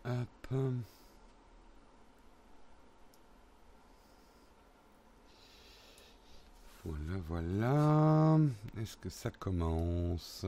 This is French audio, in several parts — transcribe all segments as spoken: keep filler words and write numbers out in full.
Hop. Voilà, voilà. Est-ce que ça commence?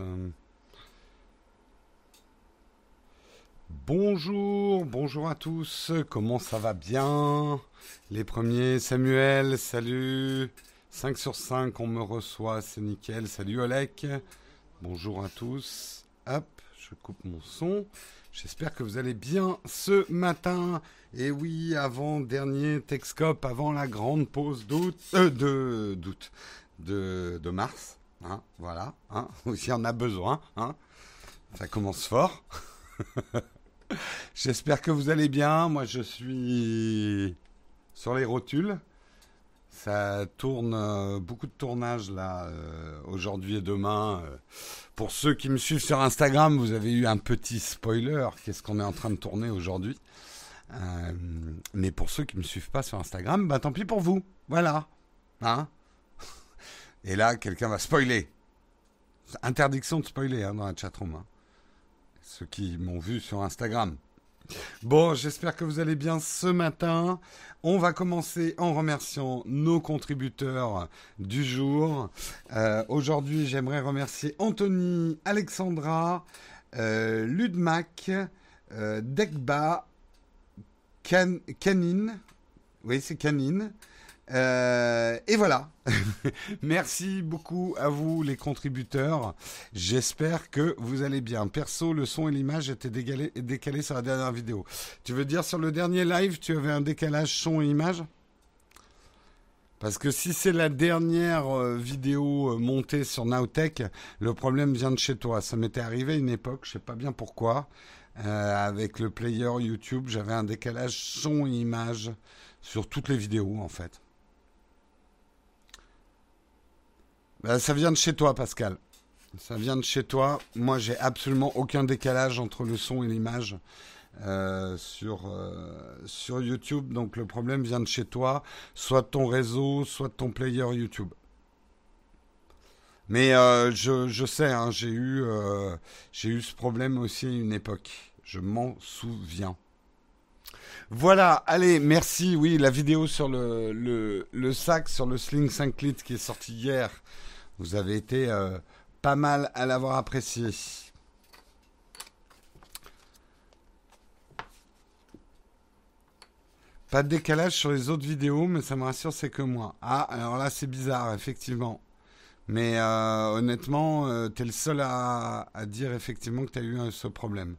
Bonjour, bonjour à tous. Comment ça va bien? Les premiers, Samuel, salut. cinq sur cinq, on me reçoit, c'est nickel. Salut Olek. Bonjour à tous. Hop, je coupe mon son. J'espère que vous allez bien ce matin. Et oui, avant dernier Texcope, avant la grande pause d'août, euh, de d'août, de, de mars. Hein, voilà, hein, s'il y en a besoin. Hein, ça commence fort. J'espère que vous allez bien. Moi, je suis sur les rotules. Ça tourne, euh, beaucoup de tournage là, euh, aujourd'hui et demain. Euh, pour ceux qui me suivent sur Instagram, vous avez eu un petit spoiler. Qu'est-ce qu'on est en train de tourner aujourd'hui? euh, Mais pour ceux qui me suivent pas sur Instagram, bah tant pis pour vous. Voilà. Hein, et là, quelqu'un va spoiler. Interdiction de spoiler hein, dans la chatroom. Hein. Ceux qui m'ont vu sur Instagram. Bon, j'espère que vous allez bien ce matin. On va commencer en remerciant nos contributeurs du jour. Euh, aujourd'hui, j'aimerais remercier Anthony, Alexandra, euh, Ludmac, euh, Dekba, Can- Canine. Oui, c'est Canine. Euh, et voilà. Merci beaucoup à vous les contributeurs. J'espère que vous allez bien. Perso, le son et l'image étaient décalés, décalés sur la dernière vidéo. Tu veux dire sur le dernier live, tu avais un décalage son et image? Parce que si c'est la dernière euh, vidéo euh, montée sur Nowtech, le problème vient de chez toi. Ça m'était arrivé à une époque, je sais pas bien pourquoi. Euh, avec le player YouTube, j'avais un décalage son et image sur toutes les vidéos en fait. Ben, ça vient de chez toi, Pascal. Ça vient de chez toi. Moi, j'ai absolument aucun décalage entre le son et l'image euh, sur, euh, sur YouTube. Donc, le problème vient de chez toi, soit de ton réseau, soit de ton player YouTube. Mais euh, je, je sais, hein, j'ai eu, euh, j'ai eu ce problème aussi à une époque. Je m'en souviens. Voilà, allez, merci. Oui, la vidéo sur le, le, le sac, sur le Sling cinq litres qui est sorti hier. Vous avez été euh, pas mal à l'avoir apprécié. Pas de décalage sur les autres vidéos, mais ça me rassure, c'est que moi. Ah, alors là, c'est bizarre, effectivement. Mais euh, honnêtement, euh, t'es le seul à, à dire effectivement que t'as eu euh, ce problème.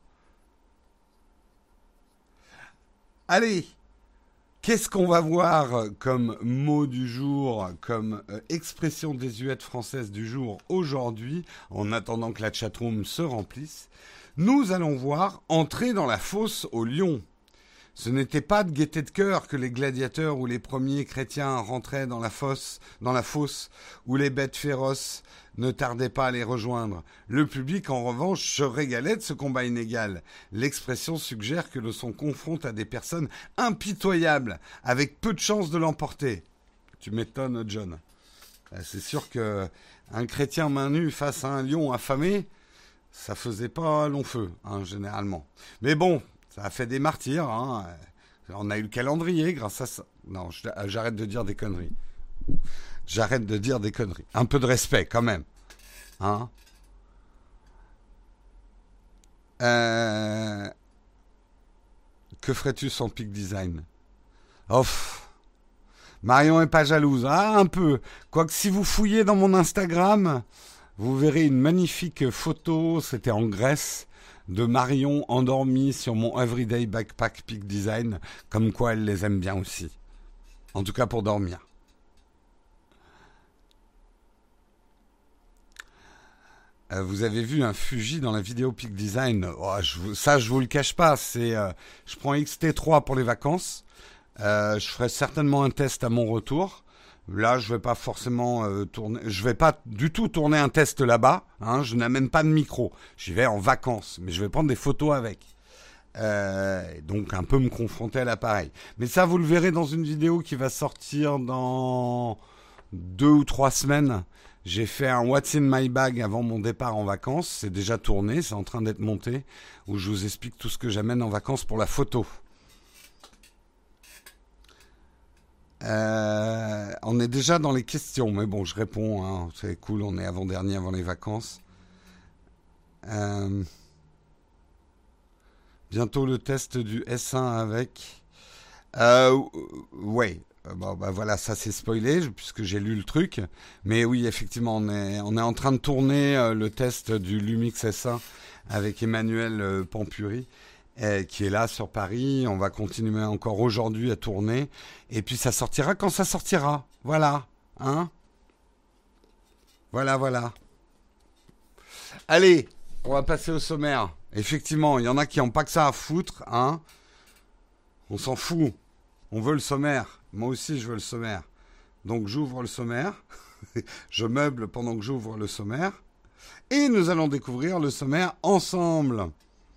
Allez, qu'est-ce qu'on va voir comme mot du jour, comme euh, expression désuète française du jour aujourd'hui, en attendant que la chatroom se remplisse? Nous allons voir entrer dans la fosse au lion. Ce n'était pas de gaieté de cœur que les gladiateurs ou les premiers chrétiens rentraient dans la fosse, dans la fosse où les bêtes féroces ne tardaient pas à les rejoindre. Le public, en revanche, se régalait de ce combat inégal. L'expression suggère que l'on se confronte à des personnes impitoyables, avec peu de chances de l'emporter. Tu m'étonnes, John. C'est sûr que un chrétien main nue face à un lion affamé, ça faisait pas long feu, hein, généralement. Mais bon, ça a fait des martyrs. Hein. On a eu le calendrier grâce à ça. Non, j'arrête de dire des conneries. J'arrête de dire des conneries. Un peu de respect, quand même. Hein euh... Que ferais-tu sans Peak Design? Off. Marion est pas jalouse. Ah, un peu. Quoique si vous fouillez dans mon Instagram, vous verrez une magnifique photo. C'était en Grèce. De Marion endormie sur mon Everyday Backpack Peak Design, comme quoi elle les aime bien aussi. En tout cas pour dormir. Euh, vous avez vu un Fuji dans la vidéo Peak Design. Oh, je, ça, je vous le cache pas. C'est, euh, je prends X T trois pour les vacances. Euh, je ferai certainement un test à mon retour. Là, je vais pas forcément euh, tourner. Je vais pas du tout tourner un test là-bas. Hein, je n'amène pas de micro. J'y vais en vacances, mais je vais prendre des photos avec. Euh, donc un peu me confronter à l'appareil. Mais ça, vous le verrez dans une vidéo qui va sortir dans deux ou trois semaines. J'ai fait un What's in my bag avant mon départ en vacances. C'est déjà tourné, c'est en train d'être monté, où je vous explique tout ce que j'amène en vacances pour la photo. Euh, on est déjà dans les questions, mais bon, je réponds. Hein, c'est cool, on est avant-dernier avant les vacances. Euh, bientôt le test du S un avec. Euh, ouais. Bon, bah voilà, ça c'est spoilé puisque j'ai lu le truc. Mais oui, effectivement, on est, on est en train de tourner euh, le test du Lumix S un avec Emmanuel euh, Pampuri, euh, qui est là sur Paris. On va continuer encore aujourd'hui à tourner. Et puis ça sortira quand ça sortira. Voilà. Hein ? Voilà, voilà. Allez, on va passer au sommaire. Effectivement, il y en a qui n'ont pas que ça à foutre. Hein ? On s'en fout. On veut le sommaire. Moi aussi, je veux le sommaire. Donc, j'ouvre le sommaire. Je meuble pendant que j'ouvre le sommaire. Et nous allons découvrir le sommaire ensemble.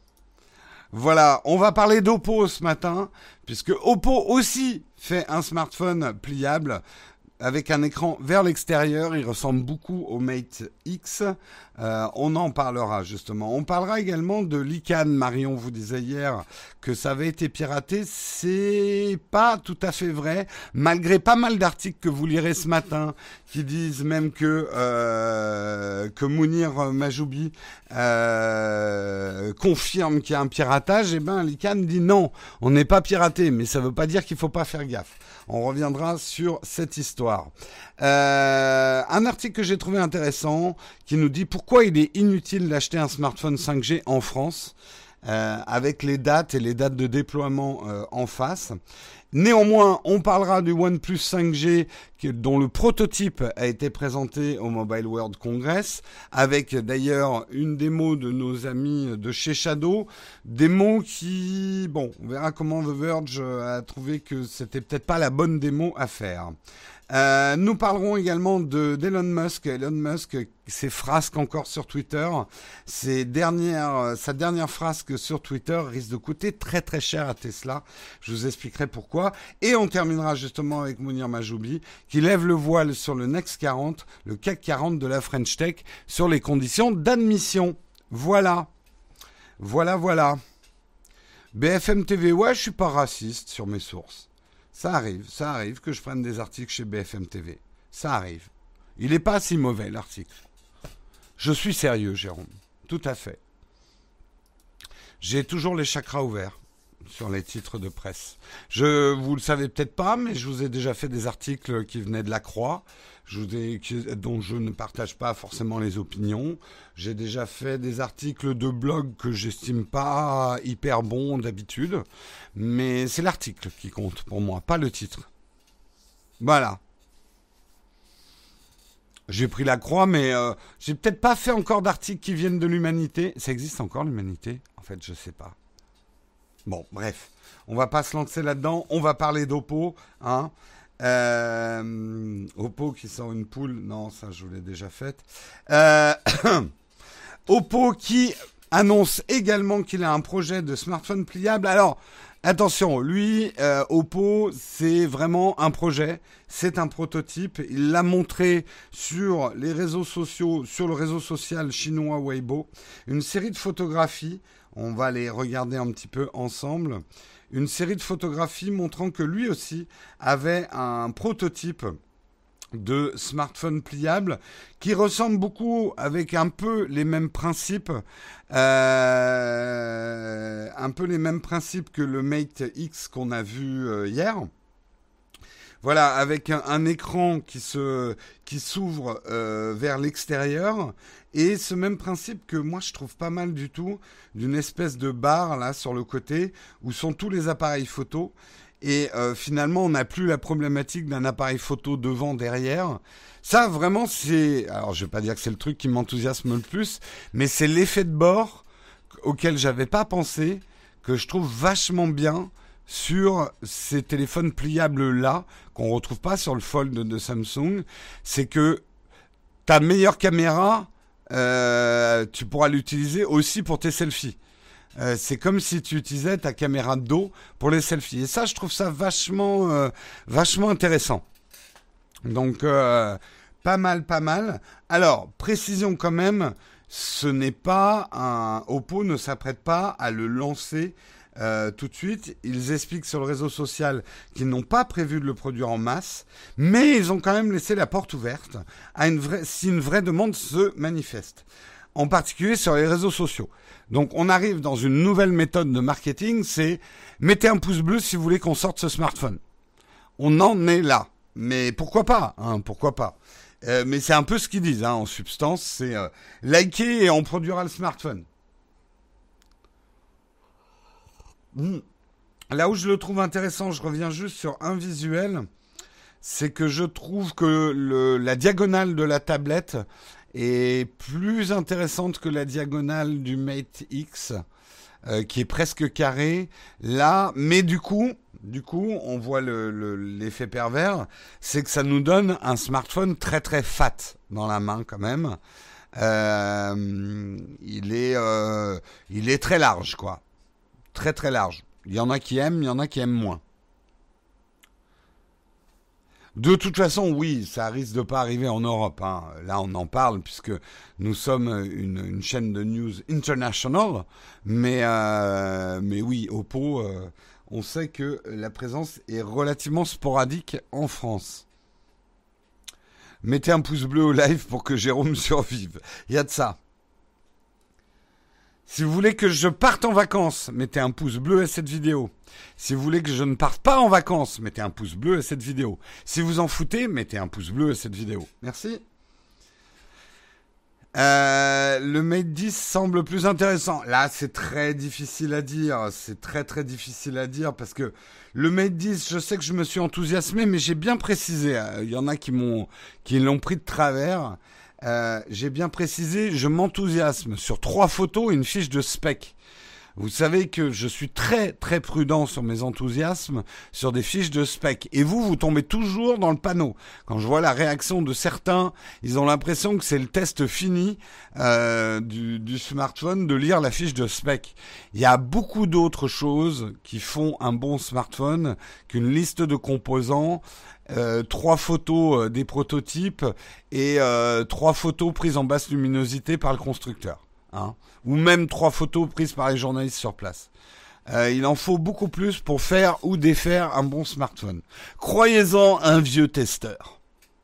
Voilà, on va parler d'Oppo ce matin, puisque Oppo aussi fait un smartphone pliable avec un écran vers l'extérieur. Il ressemble beaucoup au Mate X. Euh, on en parlera justement. On parlera également de l'I C A N. Marion vous disait hier que ça avait été piraté. C'est pas tout à fait vrai, malgré pas mal d'articles que vous lirez ce matin qui disent même que euh, que Mounir Majoubi euh, confirme qu'il y a un piratage. Et ben l'I C A N dit non, on n'est pas piraté, mais ça veut pas dire qu'il faut pas faire gaffe. On reviendra sur cette histoire. Euh, un article que j'ai trouvé intéressant qui nous dit pourquoi il est inutile d'acheter un smartphone cinq G en France, euh, avec les dates et les dates de déploiement euh, en face. Néanmoins, on parlera du OnePlus cinq G dont le prototype a été présenté au Mobile World Congress, avec d'ailleurs une démo de nos amis de chez Shadow, démo qui, bon, on verra comment The Verge a trouvé que c'était peut-être pas la bonne démo à faire. Euh, nous parlerons également de d'Elon Musk. Elon Musk, ses frasques encore sur Twitter, ses dernières, sa dernière frasque sur Twitter risque de coûter très très cher à Tesla. Je vous expliquerai pourquoi. Et on terminera justement avec Mounir Majoubi, qui lève le voile sur le Next quarante, le C A C quarante de la French Tech, sur les conditions d'admission. Voilà. Voilà, voilà. B F M T V, ouais, je suis pas raciste sur mes sources. Ça arrive, ça arrive que je prenne des articles chez B F M T V. Ça arrive. Il n'est pas si mauvais, l'article. Je suis sérieux, Jérôme. Tout à fait. J'ai toujours les chakras ouverts sur les titres de presse. Je, vous le savez peut-être pas, mais je vous ai déjà fait des articles qui venaient de la Croix, je vous ai, qui, dont je ne partage pas forcément les opinions. J'ai déjà fait des articles de blog que j'estime pas hyper bons d'habitude, mais c'est l'article qui compte pour moi, pas le titre. Voilà. J'ai pris la Croix, mais euh, j'ai peut-être pas fait encore d'articles qui viennent de l'Humanité. Ça existe encore, l'Humanité ? En fait, je sais pas. Bon, bref, on va pas se lancer là-dedans. On va parler d'Oppo, hein. Euh, Oppo qui sort une poule. Non, ça, je vous l'ai déjà faite. Euh, Oppo qui annonce également qu'il a un projet de smartphone pliable. Alors, attention, lui, euh, Oppo, c'est vraiment un projet. C'est un prototype. Il l'a montré sur les réseaux sociaux, sur le réseau social chinois Weibo. Une série de photographies. On va les regarder un petit peu ensemble. Une série de photographies montrant que lui aussi avait un prototype de smartphone pliable qui ressemble beaucoup avec un peu les mêmes principes, euh, un peu les mêmes principes que le Mate X qu'on a vu euh, hier. Voilà, avec un, un écran qui se qui s'ouvre euh, vers l'extérieur et ce même principe que moi je trouve pas mal du tout, d'une espèce de barre là sur le côté où sont tous les appareils photo et euh, finalement on n'a plus la problématique d'un appareil photo devant, derrière. Ça vraiment c'est, alors je vais pas dire que c'est le truc qui m'enthousiasme le plus, mais c'est l'effet de bord auquel j'avais pas pensé, que je trouve vachement bien sur ces téléphones pliables-là, qu'on retrouve pas sur le Fold de Samsung. C'est que ta meilleure caméra, euh, tu pourras l'utiliser aussi pour tes selfies. Euh, c'est comme si tu utilisais ta caméra de dos pour les selfies. Et ça, je trouve ça vachement, euh, vachement intéressant. Donc, euh, Pas mal, pas mal. Alors, précision quand même, ce n'est pas un... Oppo ne s'apprête pas à le lancer euh, tout de suite. Ils expliquent sur le réseau social qu'ils n'ont pas prévu de le produire en masse, mais ils ont quand même laissé la porte ouverte à une vraie... si une vraie demande se manifeste. En particulier sur les réseaux sociaux. Donc on arrive dans une nouvelle méthode de marketing, c'est mettez un pouce bleu si vous voulez qu'on sorte ce smartphone. On en est là. Mais pourquoi pas, hein, pourquoi pas. Euh, mais c'est un peu ce qu'ils disent, hein, en substance, c'est euh, liker et on produira le smartphone. Mmh. Là où je le trouve intéressant, je reviens juste sur un visuel, c'est que je trouve que le, la diagonale de la tablette est plus intéressante que la diagonale du Mate X, euh, qui est presque carrée. Là, mais du coup, du coup, on voit le, le, l'effet pervers, c'est que ça nous donne un smartphone très très fat dans la main quand même. Euh, il est, euh, il est très large, quoi, très très large. Il y en a qui aiment, il y en a qui aiment moins. De toute façon, oui, ça risque de pas arriver en Europe, hein. Là, on en parle puisque nous sommes une, une chaîne de news international. Mais, euh, mais oui, Oppo, euh, on sait que la présence est relativement sporadique en France. Mettez un pouce bleu au live pour que Jérôme survive. Il y a de ça. Si vous voulez que je parte en vacances, mettez un pouce bleu à cette vidéo. Si vous voulez que je ne parte pas en vacances, mettez un pouce bleu à cette vidéo. Si vous en foutez, mettez un pouce bleu à cette vidéo. Merci. Euh, le Mate dix semble plus intéressant. Là, c'est très difficile à dire. C'est très très difficile à dire parce que le Mate dix, je sais que je me suis enthousiasmé, mais j'ai bien précisé. Il y en a qui m'ont, qui l'ont pris de travers. Euh, j'ai bien précisé, je m'enthousiasme sur trois photos et une fiche de spec. Vous savez que je suis très très prudent sur mes enthousiasmes, sur des fiches de spec. Et vous, vous tombez toujours dans le panneau. Quand je vois la réaction de certains, ils ont l'impression que c'est le test fini euh, du, du smartphone de lire la fiche de spec. Il y a beaucoup d'autres choses qui font un bon smartphone qu'une liste de composants. Euh, trois photos euh, des prototypes et euh, trois photos prises en basse luminosité par le constructeur, hein, ou même trois photos prises par les journalistes sur place. Euh, il en faut beaucoup plus pour faire ou défaire un bon smartphone. Croyez-en un vieux testeur.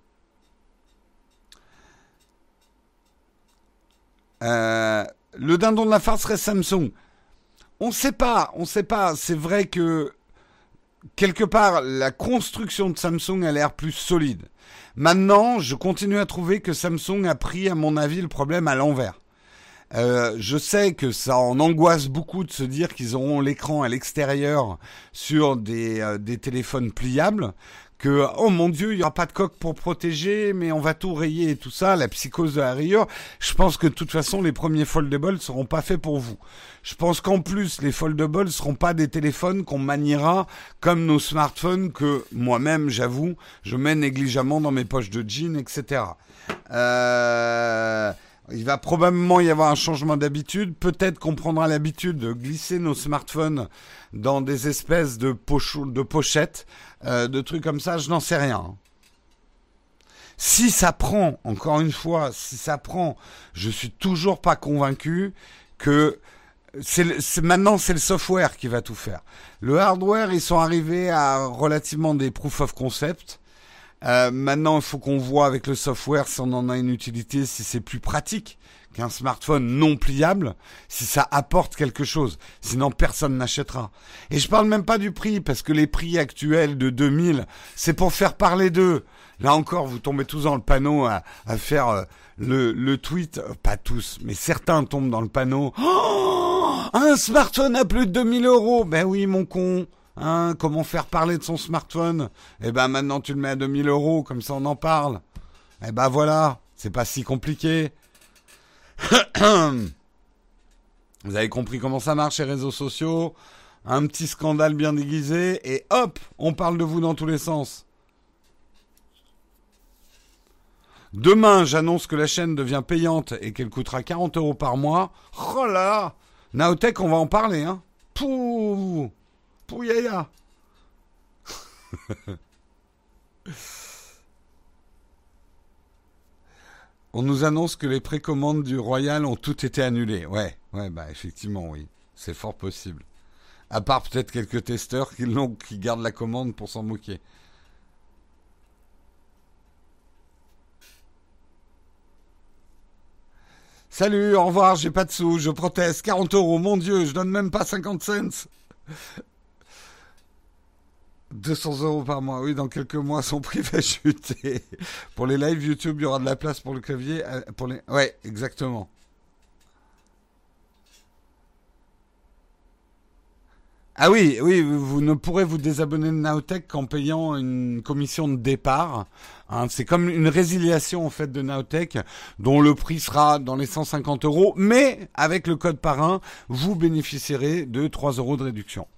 Euh, le dindon de la farce serait Samsung. On ne sait pas, on ne sait pas. C'est vrai que quelque part, la construction de Samsung a l'air plus solide. Maintenant, je continue à trouver que Samsung a pris, à mon avis, le problème à l'envers. Euh, je sais que ça en angoisse beaucoup de se dire qu'ils auront l'écran à l'extérieur sur des, euh, des téléphones pliables, que, oh mon Dieu, il n'y aura pas de coque pour protéger, mais on va tout rayer et tout ça, la psychose de la rayure. Je pense que de toute façon, les premiers foldables ne seront pas faits pour vous. Je pense qu'en plus, les foldables ne seront pas des téléphones qu'on maniera comme nos smartphones que moi-même, j'avoue, je mets négligemment dans mes poches de jeans, et cetera. Euh... Il va probablement y avoir un changement d'habitude. Peut-être qu'on prendra l'habitude de glisser nos smartphones dans des espèces de, poche- de pochettes, euh, de trucs comme ça, je n'en sais rien. Si ça prend, encore une fois, si ça prend, je suis toujours pas convaincu que c'est, le, c'est maintenant c'est le software qui va tout faire. Le hardware, ils sont arrivés à relativement des proof of concept. Euh, maintenant, il faut qu'on voit avec le software si on en a une utilité, si c'est plus pratique qu'un smartphone non pliable, si ça apporte quelque chose. Sinon, personne n'achètera. Et je parle même pas du prix, parce que les prix actuels de deux mille, c'est pour faire parler d'eux. Là encore, vous tombez tous dans le panneau à, à faire euh, le, le tweet. Euh, pas tous, mais certains tombent dans le panneau. Oh, un smartphone à plus de deux mille euros. Ben oui, mon con. Hein, comment faire parler de son smartphone? Eh ben maintenant tu le mets à deux mille euros, comme ça on en parle. Eh ben voilà, c'est pas si compliqué. Vous avez compris comment ça marche les réseaux sociaux? Un petit scandale bien déguisé et hop, on parle de vous dans tous les sens. Demain, j'annonce que la chaîne devient payante et qu'elle coûtera quarante euros par mois. Oh là, Naotech, on va en parler, hein. Pouh. Pouyaya. On nous annonce que les précommandes du Royal ont toutes été annulées. Ouais, ouais, bah effectivement, oui. C'est fort possible. À part peut-être quelques testeurs qui l'ont, qui gardent la commande pour s'en moquer. Salut, au revoir, j'ai pas de sous, je proteste. quarante euros, mon Dieu, je donne même pas cinquante cents. deux cents euros par mois, oui, dans quelques mois, son prix va chuter. Pour les lives YouTube, il y aura de la place pour le clavier. euh, Pour les... Ouais, exactement. Ah oui, oui, vous vous ne pourrez vous désabonner de Nowtech qu'en payant une commission de départ. Hein, c'est comme une résiliation en fait de Nowtech, dont le prix sera dans les cent cinquante euros, mais avec le code parrain, vous bénéficierez de trois euros de réduction.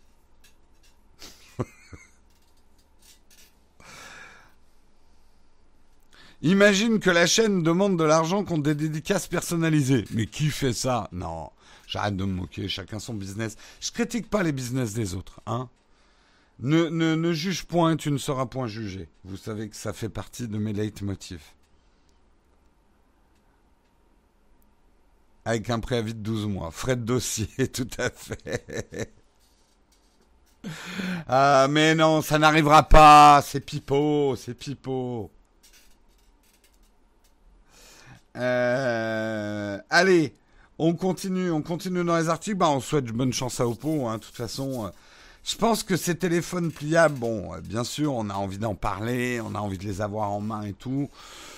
Imagine que la chaîne demande de l'argent contre des dédicaces personnalisées. Mais qui fait ça? Non, j'arrête de me moquer, chacun son business. Je critique pas les business des autres, hein. Ne, ne, ne juge point, tu ne seras point jugé. Vous savez que ça fait partie de mes leitmotifs. Avec un préavis de douze mois. Frais de dossier, tout à fait. Ah, mais non, ça n'arrivera pas. C'est pipeau, c'est pipeau. Euh, allez, on continue, on continue dans les articles. Bah, on souhaite bonne chance à Oppo, hein. De toute façon, euh, je pense que ces téléphones pliables, bon, euh, bien sûr, on a envie d'en parler, on a envie de les avoir en main et tout.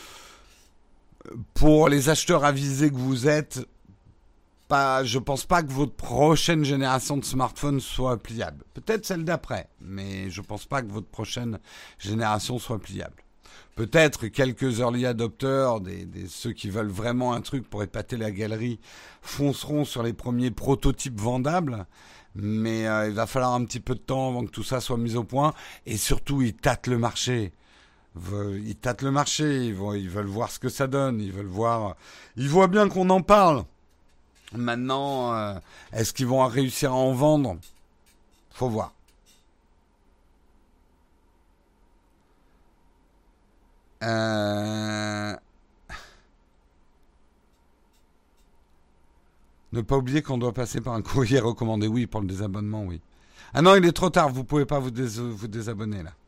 Pour les acheteurs avisés que vous êtes, pas, je pense pas que votre prochaine génération de smartphones soit pliable. Peut-être celle d'après, mais je pense pas que votre prochaine génération soit pliable. Peut-être quelques early adopters, des, des, ceux qui veulent vraiment un truc pour épater la galerie, fonceront sur les premiers prototypes vendables. Mais euh, il va falloir un petit peu de temps avant que tout ça soit mis au point. Et surtout, ils tâtent le marché. Ils tâtent le marché. Ils, vont, ils veulent voir ce que ça donne. Ils veulent voir. Ils voient bien qu'on en parle. Maintenant, euh, est-ce qu'ils vont réussir à en vendre? Faut voir. Euh... Ne pas oublier qu'on doit passer par un courrier recommandé. Oui, pour le désabonnement, oui. Ah non, il est trop tard. Vous pouvez pas vous, dés- vous désabonner là.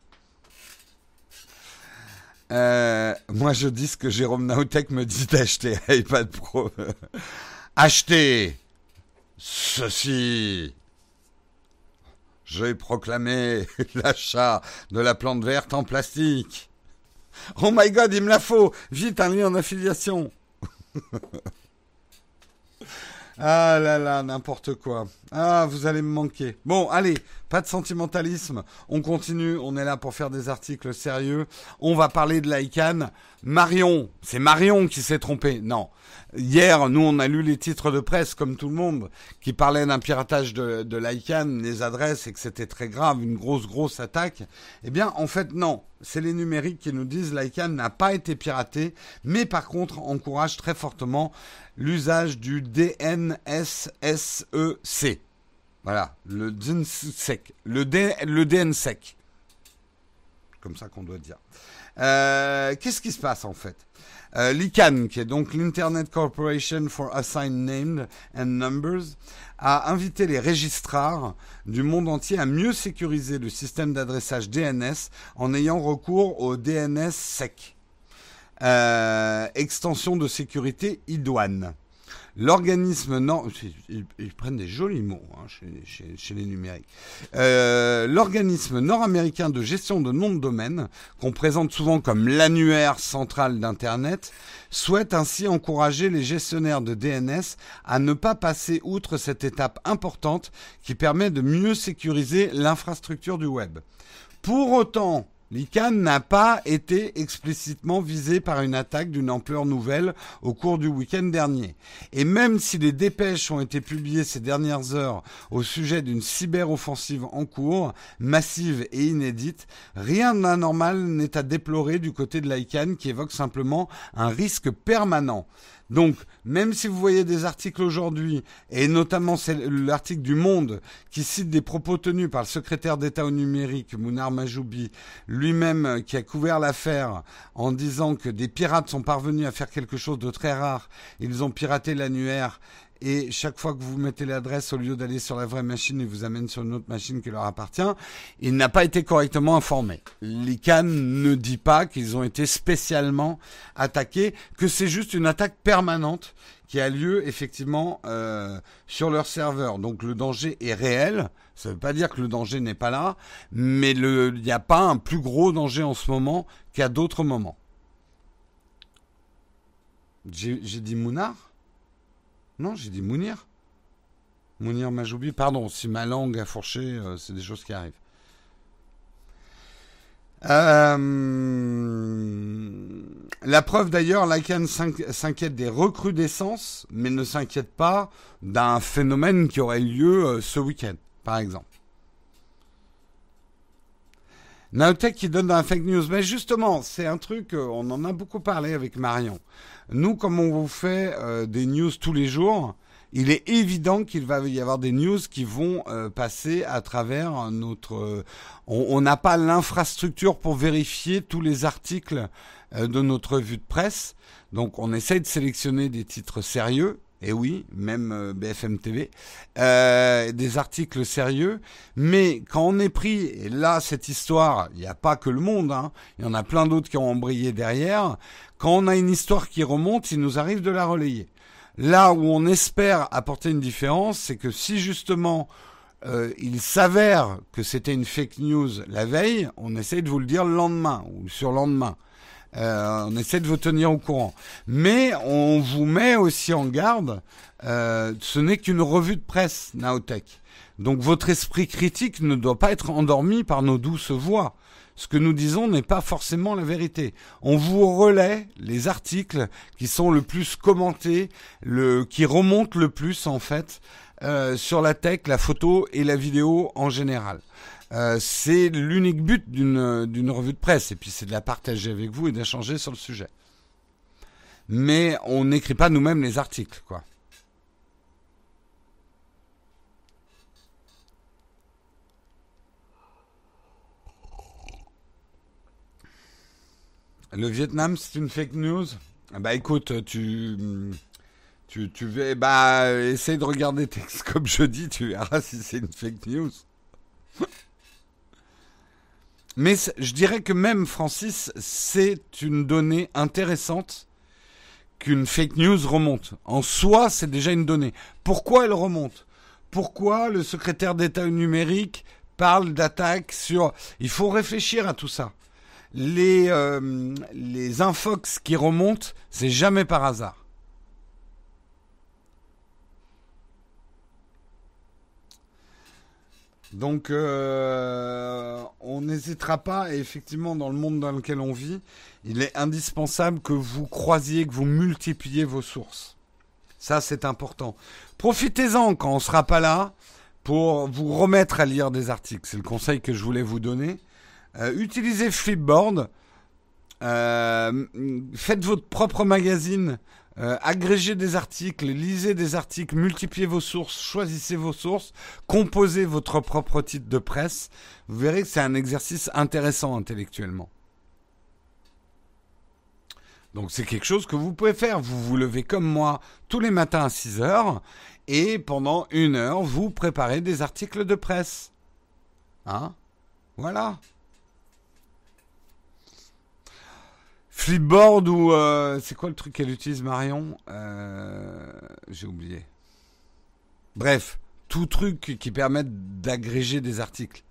Euh, moi, je dis ce que Jérôme Naotech me dit d'acheter iPad Pro. Achetez ceci. J'ai proclamé l'achat de la plante verte en plastique. Oh my god, il me la faut. Vite, un lien en affiliation. Ah là là, n'importe quoi. Ah, vous allez me manquer. Bon, allez, pas de sentimentalisme. On continue, on est là pour faire des articles sérieux. On va parler de l'ICANN. Marion, c'est Marion qui s'est trompé. Non. Hier, nous, on a lu les titres de presse, comme tout le monde, qui parlaient d'un piratage de, de l'ICANN, les adresses, et que c'était très grave, une grosse, grosse attaque. Eh bien, en fait, non. C'est les numériques qui nous disent l'ICANN n'a pas été piraté, mais par contre, encourage très fortement l'usage du D N S S E C. Voilà, le DNSSEC. Le, D, le DNSSEC. Comme ça qu'on doit dire. Euh, qu'est-ce qui se passe en fait? euh, L'ICANN, qui est donc l'Internet Corporation for Assigned Names and Numbers, a invité les registrars du monde entier à mieux sécuriser le système d'adressage D N S en ayant recours au DNSSEC, euh, extension de sécurité idoine. L'organisme nord... Ils, ils prennent des jolis mots hein, chez, chez, chez les numériques. Euh, L'organisme nord-américain de gestion de noms de domaine, qu'on présente souvent comme l'annuaire central d'Internet, souhaite ainsi encourager les gestionnaires de D N S à ne pas passer outre cette étape importante qui permet de mieux sécuriser l'infrastructure du web. Pour autant, l'ICANN n'a pas été explicitement visé par une attaque d'une ampleur nouvelle au cours du week-end dernier. Et même si les dépêches ont été publiées ces dernières heures au sujet d'une cyberoffensive en cours, massive et inédite, rien d'anormal n'est à déplorer du côté de l'ICANN qui évoque simplement un risque permanent. Donc, même si vous voyez des articles aujourd'hui, et notamment c'est l'article du Monde qui cite des propos tenus par le secrétaire d'État au numérique, Mounar Majoubi, lui-même qui a couvert l'affaire en disant que des pirates sont parvenus à faire quelque chose de très rare. Ils ont piraté l'annuaire. Et chaque fois que vous mettez l'adresse, au lieu d'aller sur la vraie machine, il vous amène sur une autre machine qui leur appartient. Il n'a pas été correctement informé. L'I C A N ne dit pas qu'ils ont été spécialement attaqués, que c'est juste une attaque permanente qui a lieu effectivement euh, sur leur serveur. Donc le danger est réel. Ça ne veut pas dire que le danger n'est pas là, mais il n'y a pas un plus gros danger en ce moment qu'à d'autres moments. J'ai, j'ai dit Mounar ? Non, j'ai dit Mounir. Mounir Majoubi. Pardon, si ma langue a fourché, euh, c'est des choses qui arrivent. Euh, la preuve d'ailleurs, l'I C A N s'inquiète des recrudescences, mais ne s'inquiète pas d'un phénomène qui aurait eu lieu euh, ce week-end, par exemple. Naotech qui donne dans la fake news. Mais justement, c'est un truc, euh, on en a beaucoup parlé avec Marion. Nous, comme on vous fait euh, des news tous les jours, il est évident qu'il va y avoir des news qui vont euh, passer à travers notre... Euh, on n'a pas l'infrastructure pour vérifier tous les articles euh, de notre revue de presse. Donc, on essaye de sélectionner des titres sérieux. Et oui, même euh, B F M T V, euh, des articles sérieux. Mais quand on est pris, et là, cette histoire, il n'y a pas que Le Monde, hein, il y en a plein d'autres qui ont embrayé derrière. Quand on a une histoire qui remonte, il nous arrive de la relayer. Là où on espère apporter une différence, c'est que si justement euh, il s'avère que c'était une fake news la veille, on essaye de vous le dire le lendemain ou le surlendemain. Euh, on essaie de vous tenir au courant. Mais on vous met aussi en garde, euh, ce n'est qu'une revue de presse, Naotech. Donc votre esprit critique ne doit pas être endormi par nos douces voix. Ce que nous disons n'est pas forcément la vérité. On vous relaie les articles qui sont le plus commentés, le, qui remontent le plus en fait, euh, sur la tech, la photo et la vidéo en général. Euh, c'est l'unique but d'une, d'une revue de presse. Et puis c'est de la partager avec vous et d'échanger sur le sujet. Mais on n'écrit pas nous-mêmes les articles, quoi. Le Vietnam, c'est une fake news. Bah écoute, tu... Tu, tu vas... Bah, essaye de regarder texte comme je dis, tu verras si c'est une fake news. Mais je dirais que même, Francis, c'est une donnée intéressante qu'une fake news remonte. En soi, c'est déjà une donnée. Pourquoi elle remonte ? Pourquoi le secrétaire d'État au numérique parle d'attaque sur... Il faut réfléchir à tout ça. Les, euh, les infox qui remontent, c'est jamais par hasard. Donc, euh, on n'hésitera pas, et effectivement, dans le monde dans lequel on vit, il est indispensable que vous croisiez, que vous multipliez vos sources. Ça, c'est important. Profitez-en quand on ne sera pas là pour vous remettre à lire des articles. C'est le conseil que je voulais vous donner. Euh, utilisez Flipboard. Euh, faites votre propre magazine. Euh, agrégez des articles, lisez des articles, multipliez vos sources, choisissez vos sources, composez votre propre titre de presse. Vous verrez que c'est un exercice intéressant intellectuellement. Donc c'est quelque chose que vous pouvez faire. Vous vous levez comme moi tous les matins à six heures et pendant une heure, vous préparez des articles de presse. Hein ? Voilà. Flipboard ou... Euh, c'est quoi le truc qu'elle utilise, Marion ? euh, J'ai oublié. Bref, tout truc qui permette d'agréger des articles.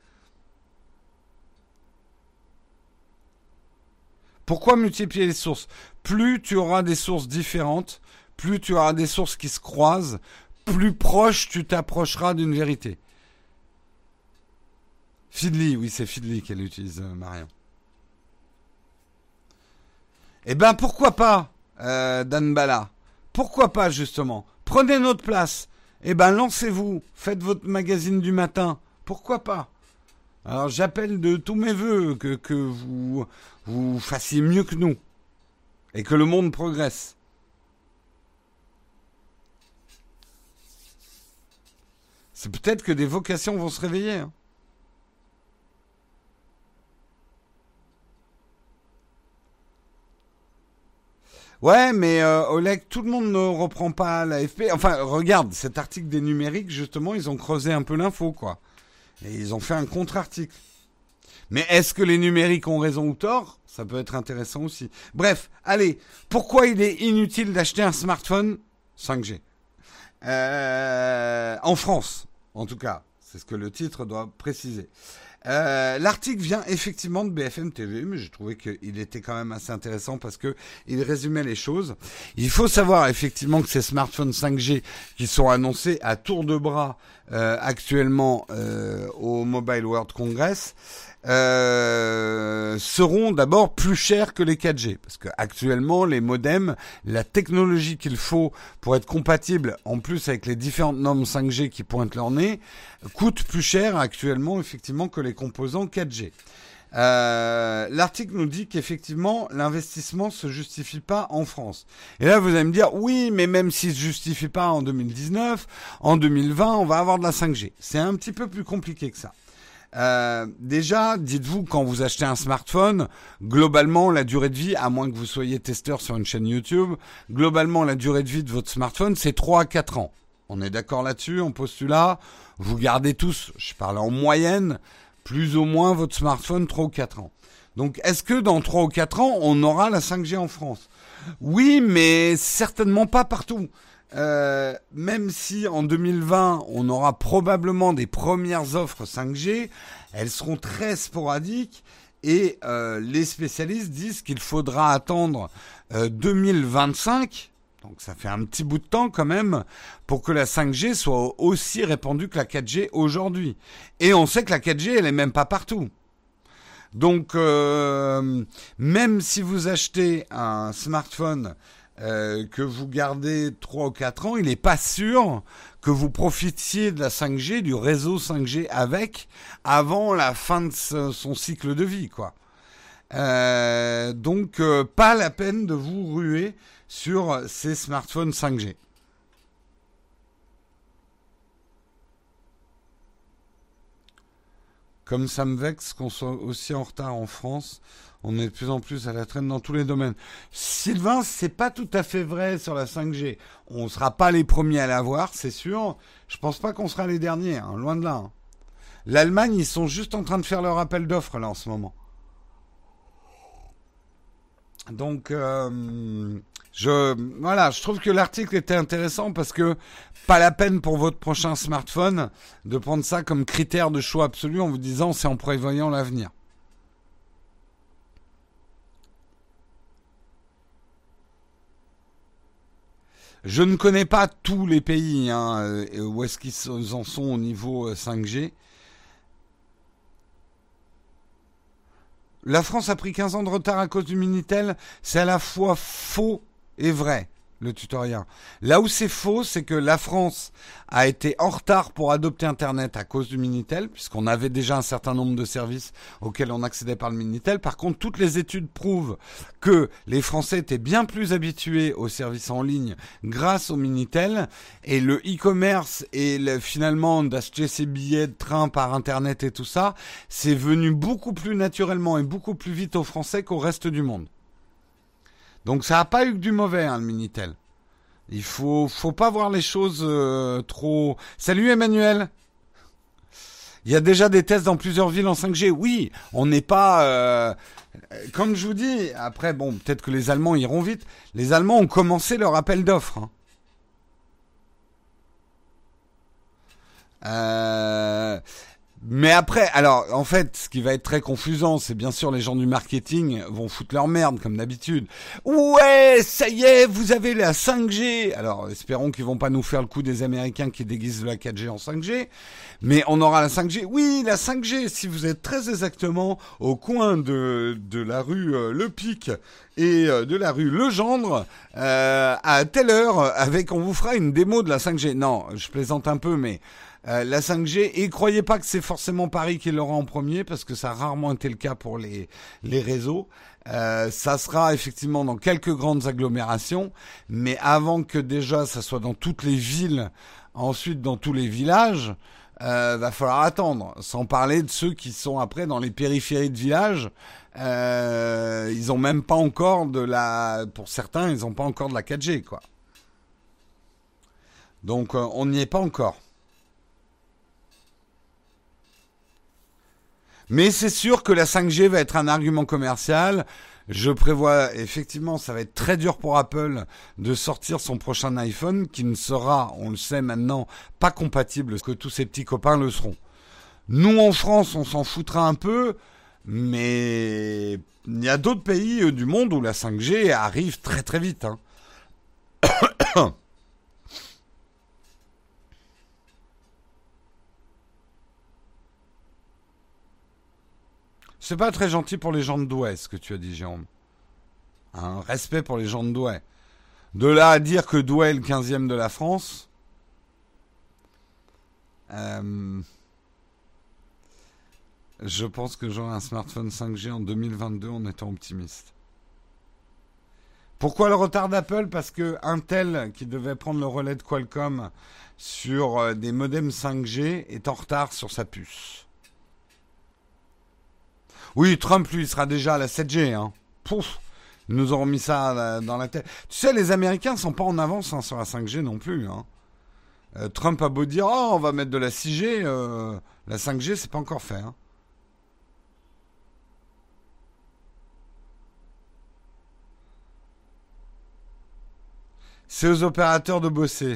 Pourquoi multiplier les sources ? Plus tu auras des sources différentes, plus tu auras des sources qui se croisent, plus proche tu t'approcheras d'une vérité. Feedly, oui, c'est Feedly qu'elle utilise, Marion. Eh ben pourquoi pas, euh, Dan Bala ? Pourquoi pas justement ? Prenez notre place. Eh ben lancez-vous, faites votre magazine du matin. Pourquoi pas ? Alors j'appelle de tous mes voeux que, que vous, vous fassiez mieux que nous et que le monde progresse. C'est peut-être que des vocations vont se réveiller. Hein. Ouais, mais euh, Oleg, tout le monde ne reprend pas l'A F P. Enfin, regarde, cet article des numériques, justement, ils ont creusé un peu l'info, quoi. Et ils ont fait un contre-article. Mais est-ce que les numériques ont raison ou tort? Ça peut être intéressant aussi. Bref, allez, pourquoi il est inutile d'acheter un smartphone cinq G euh, en France, en tout cas. C'est ce que le titre doit préciser. Euh, l'article vient effectivement de B F M T V, mais j'ai trouvé qu'il était quand même assez intéressant parce que il résumait les choses. Il faut savoir effectivement que ces smartphones cinq G qui sont annoncés à tour de bras euh, actuellement euh, au Mobile World Congress euh, seront d'abord plus chers que les quatre G, parce que actuellement les modems, la technologie qu'il faut pour être compatible en plus avec les différentes normes cinq G qui pointent leur nez, coûte plus cher actuellement effectivement que les composants quatre G. Euh, l'article nous dit qu'effectivement l'investissement se justifie pas en France. Et là vous allez me dire oui, mais même s'il se justifie pas en deux mille dix-neuf, en deux mille vingt on va avoir de la cinq G. C'est un petit peu plus compliqué que ça. Euh, déjà, dites-vous, quand vous achetez un smartphone, globalement, la durée de vie, à moins que vous soyez testeur sur une chaîne YouTube, globalement, la durée de vie de votre smartphone, c'est trois à quatre ans. On est d'accord là-dessus, on postule. Vous gardez tous, je parle en moyenne, plus ou moins votre smartphone trois ou quatre ans. Donc, est-ce que dans trois ou quatre ans, on aura la cinq G en France? Oui, mais certainement pas partout. Euh, même si en deux mille vingt, on aura probablement des premières offres cinq G, elles seront très sporadiques et euh, les spécialistes disent qu'il faudra attendre euh, deux mille vingt-cinq, donc ça fait un petit bout de temps quand même, pour que la cinq G soit aussi répandue que la quatre G aujourd'hui. Et on sait que la quatre G, elle est même pas partout. Donc, euh, même si vous achetez un smartphone Euh, que vous gardez trois ou quatre ans, il n'est pas sûr que vous profitiez de la cinq G, du réseau cinq G avec, avant la fin de ce, son cycle de vie, quoi. Euh, donc, euh, pas la peine de vous ruer sur ces smartphones cinq G. Comme ça me vexe qu'on soit aussi en retard en France. On est de plus en plus à la traîne dans tous les domaines. Sylvain, c'est pas tout à fait vrai sur la cinq G. On sera pas les premiers à l'avoir, c'est sûr. Je pense pas qu'on sera les derniers, hein, loin de là. Hein. L'Allemagne, ils sont juste en train de faire leur appel d'offres là en ce moment. Donc, euh, je, voilà, je trouve que l'article était intéressant parce que pas la peine pour votre prochain smartphone de prendre ça comme critère de choix absolu en vous disant c'est en prévoyant l'avenir. Je ne connais pas tous les pays hein, où est-ce qu'ils en sont au niveau cinq G. La France a pris quinze ans de retard à cause du Minitel. C'est à la fois faux et vrai, le tutoriel. Là où c'est faux, c'est que la France a été en retard pour adopter Internet à cause du Minitel, puisqu'on avait déjà un certain nombre de services auxquels on accédait par le Minitel. Par contre, toutes les études prouvent que les Français étaient bien plus habitués aux services en ligne grâce au Minitel. Et le e-commerce et le, finalement d'acheter ses billets de train par Internet et tout ça, c'est venu beaucoup plus naturellement et beaucoup plus vite aux Français qu'au reste du monde. Donc ça n'a pas eu que du mauvais, hein, le Minitel. Il faut, faut pas voir les choses euh, trop... Salut Emmanuel. Il y a déjà des tests dans plusieurs villes en cinq G. Oui, on n'est pas... Euh, comme je vous dis, après, bon, peut-être que les Allemands iront vite. Les Allemands ont commencé leur appel d'offres. Hein. Euh... Mais après, alors, en fait, ce qui va être très confusant, c'est bien sûr les gens du marketing vont foutre leur merde, comme d'habitude. Ouais, ça y est, vous avez la cinq G. Alors, espérons qu'ils vont pas nous faire le coup des Américains qui déguisent la quatre G en cinq G. Mais on aura la cinq G. Oui, la cinq G, si vous êtes très exactement au coin de, de la rue euh, Le Pic et euh, de la rue Legendre, euh, à telle heure, avec, on vous fera une démo de la cinq G. Non, je plaisante un peu, mais... Euh, la cinq G, et croyez pas que c'est forcément Paris qui l'aura en premier, parce que ça a rarement été le cas pour les, les réseaux. Euh, ça sera effectivement dans quelques grandes agglomérations, mais avant que déjà ça soit dans toutes les villes ensuite dans tous les villages, euh, va falloir attendre. Sans parler de ceux qui sont après dans les périphéries de villages. Euh, ils ont même pas encore de la... Pour certains, ils ont pas encore de la quatre G, quoi. Donc, euh, on n'y est pas encore. Mais c'est sûr que la cinq G va être un argument commercial. Je prévois, effectivement, ça va être très dur pour Apple de sortir son prochain iPhone qui ne sera, on le sait maintenant, pas compatible, que tous ses petits copains le seront. Nous, en France, on s'en foutra un peu, mais il y a d'autres pays du monde où la cinq G arrive très très vite. Hein. C'est pas très gentil pour les gens de Douai, ce que tu as dit, Jérôme. Un respect pour les gens de Douai. De là à dire que Douai est le quinzième de la France, euh, je pense que j'aurai un smartphone cinq G en deux mille vingt-deux en étant optimiste. Pourquoi le retard d'Apple? Parce que Intel, qui devait prendre le relais de Qualcomm sur des modems cinq G, est en retard sur sa puce. Oui, Trump, lui, il sera déjà à la sept G. Hein. Pouf, ils nous auront mis ça dans la tête. Tu sais, les Américains sont pas en avance hein, sur la cinq G non plus. Hein. Euh, Trump a beau dire, oh, on va mettre de la six G, euh, la cinq G, c'est pas encore fait. Hein. C'est aux opérateurs de bosser.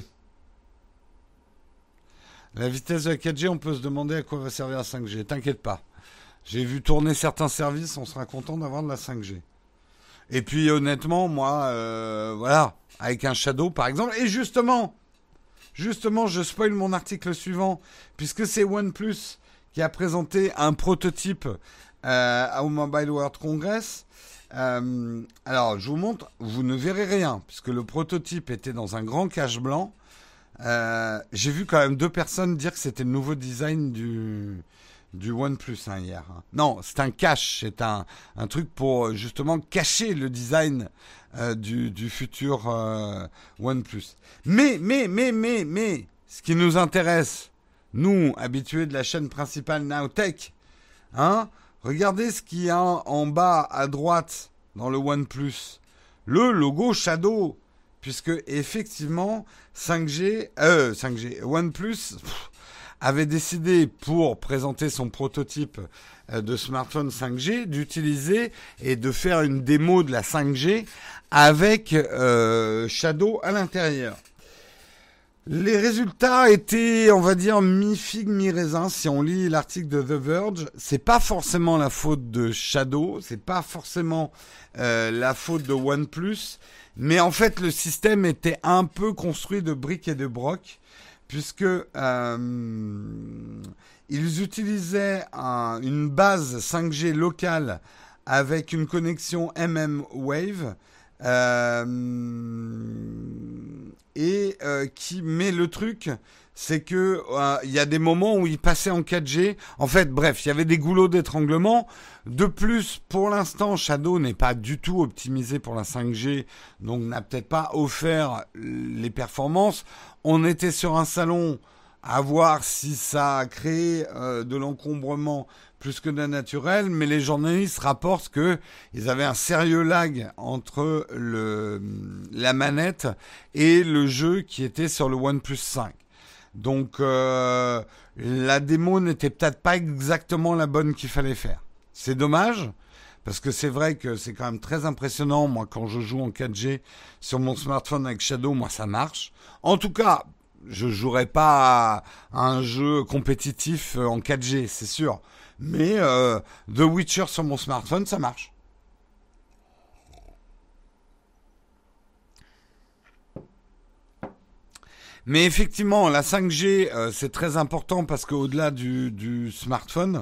La vitesse de la quatre G, on peut se demander à quoi va servir la cinq G. T'inquiète pas. J'ai vu tourner certains services, on sera content d'avoir de la cinq G. Et puis honnêtement, moi, euh, voilà, avec un Shadow par exemple, et justement, justement, je spoil mon article suivant, puisque c'est OnePlus qui a présenté un prototype euh, au Mobile World Congress. Euh, alors, je vous montre, vous ne verrez rien, puisque le prototype était dans un grand cache blanc. Euh, j'ai vu quand même deux personnes dire que c'était le nouveau design du... du OnePlus hein, hier. Non, c'est un cache, c'est un, un truc pour justement cacher le design euh, du, du futur euh, OnePlus. Mais, mais, mais, mais, mais, ce qui nous intéresse, nous, habitués de la chaîne principale Nowtech, hein, regardez ce qu'il y a en bas à droite dans le OnePlus. Le logo Shadow, puisque effectivement, cinq G, euh, cinq G, OnePlus... Pff, avait décidé, pour présenter son prototype de smartphone cinq G, d'utiliser et de faire une démo de la cinq G avec euh, Shadow à l'intérieur. Les résultats étaient, on va dire, mi-figue, mi-raisin. Si on lit l'article de The Verge, c'est pas forcément la faute de Shadow, c'est pas forcément euh, la faute de OnePlus, mais en fait, le système était un peu construit de briques et de brocs. Puisque euh, ils utilisaient un, une base cinq G locale avec une connexion M M Wave euh, et euh, qui mais le truc c'est que euh, il y a des moments où ils passaient en quatre G. En fait, bref, il y avait des goulots d'étranglement. De plus, pour l'instant, Shadow n'est pas du tout optimisé pour la cinq G, donc n'a peut-être pas offert les performances. On était sur un salon à voir si ça a créé euh, de l'encombrement plus que de naturel, mais les journalistes rapportent que ils avaient un sérieux lag entre le, la manette et le jeu qui était sur le OnePlus cinq. Donc euh, la démo n'était peut-être pas exactement la bonne qu'il fallait faire. C'est dommage, parce que c'est vrai que c'est quand même très impressionnant. Moi, quand je joue en quatre G sur mon smartphone avec Shadow, moi ça marche. En tout cas, je jouerai pas à un jeu compétitif en quatre G, c'est sûr. Mais euh, The Witcher sur mon smartphone, ça marche. Mais effectivement, la cinq G, euh, c'est très important parce qu'au-delà du, du smartphone,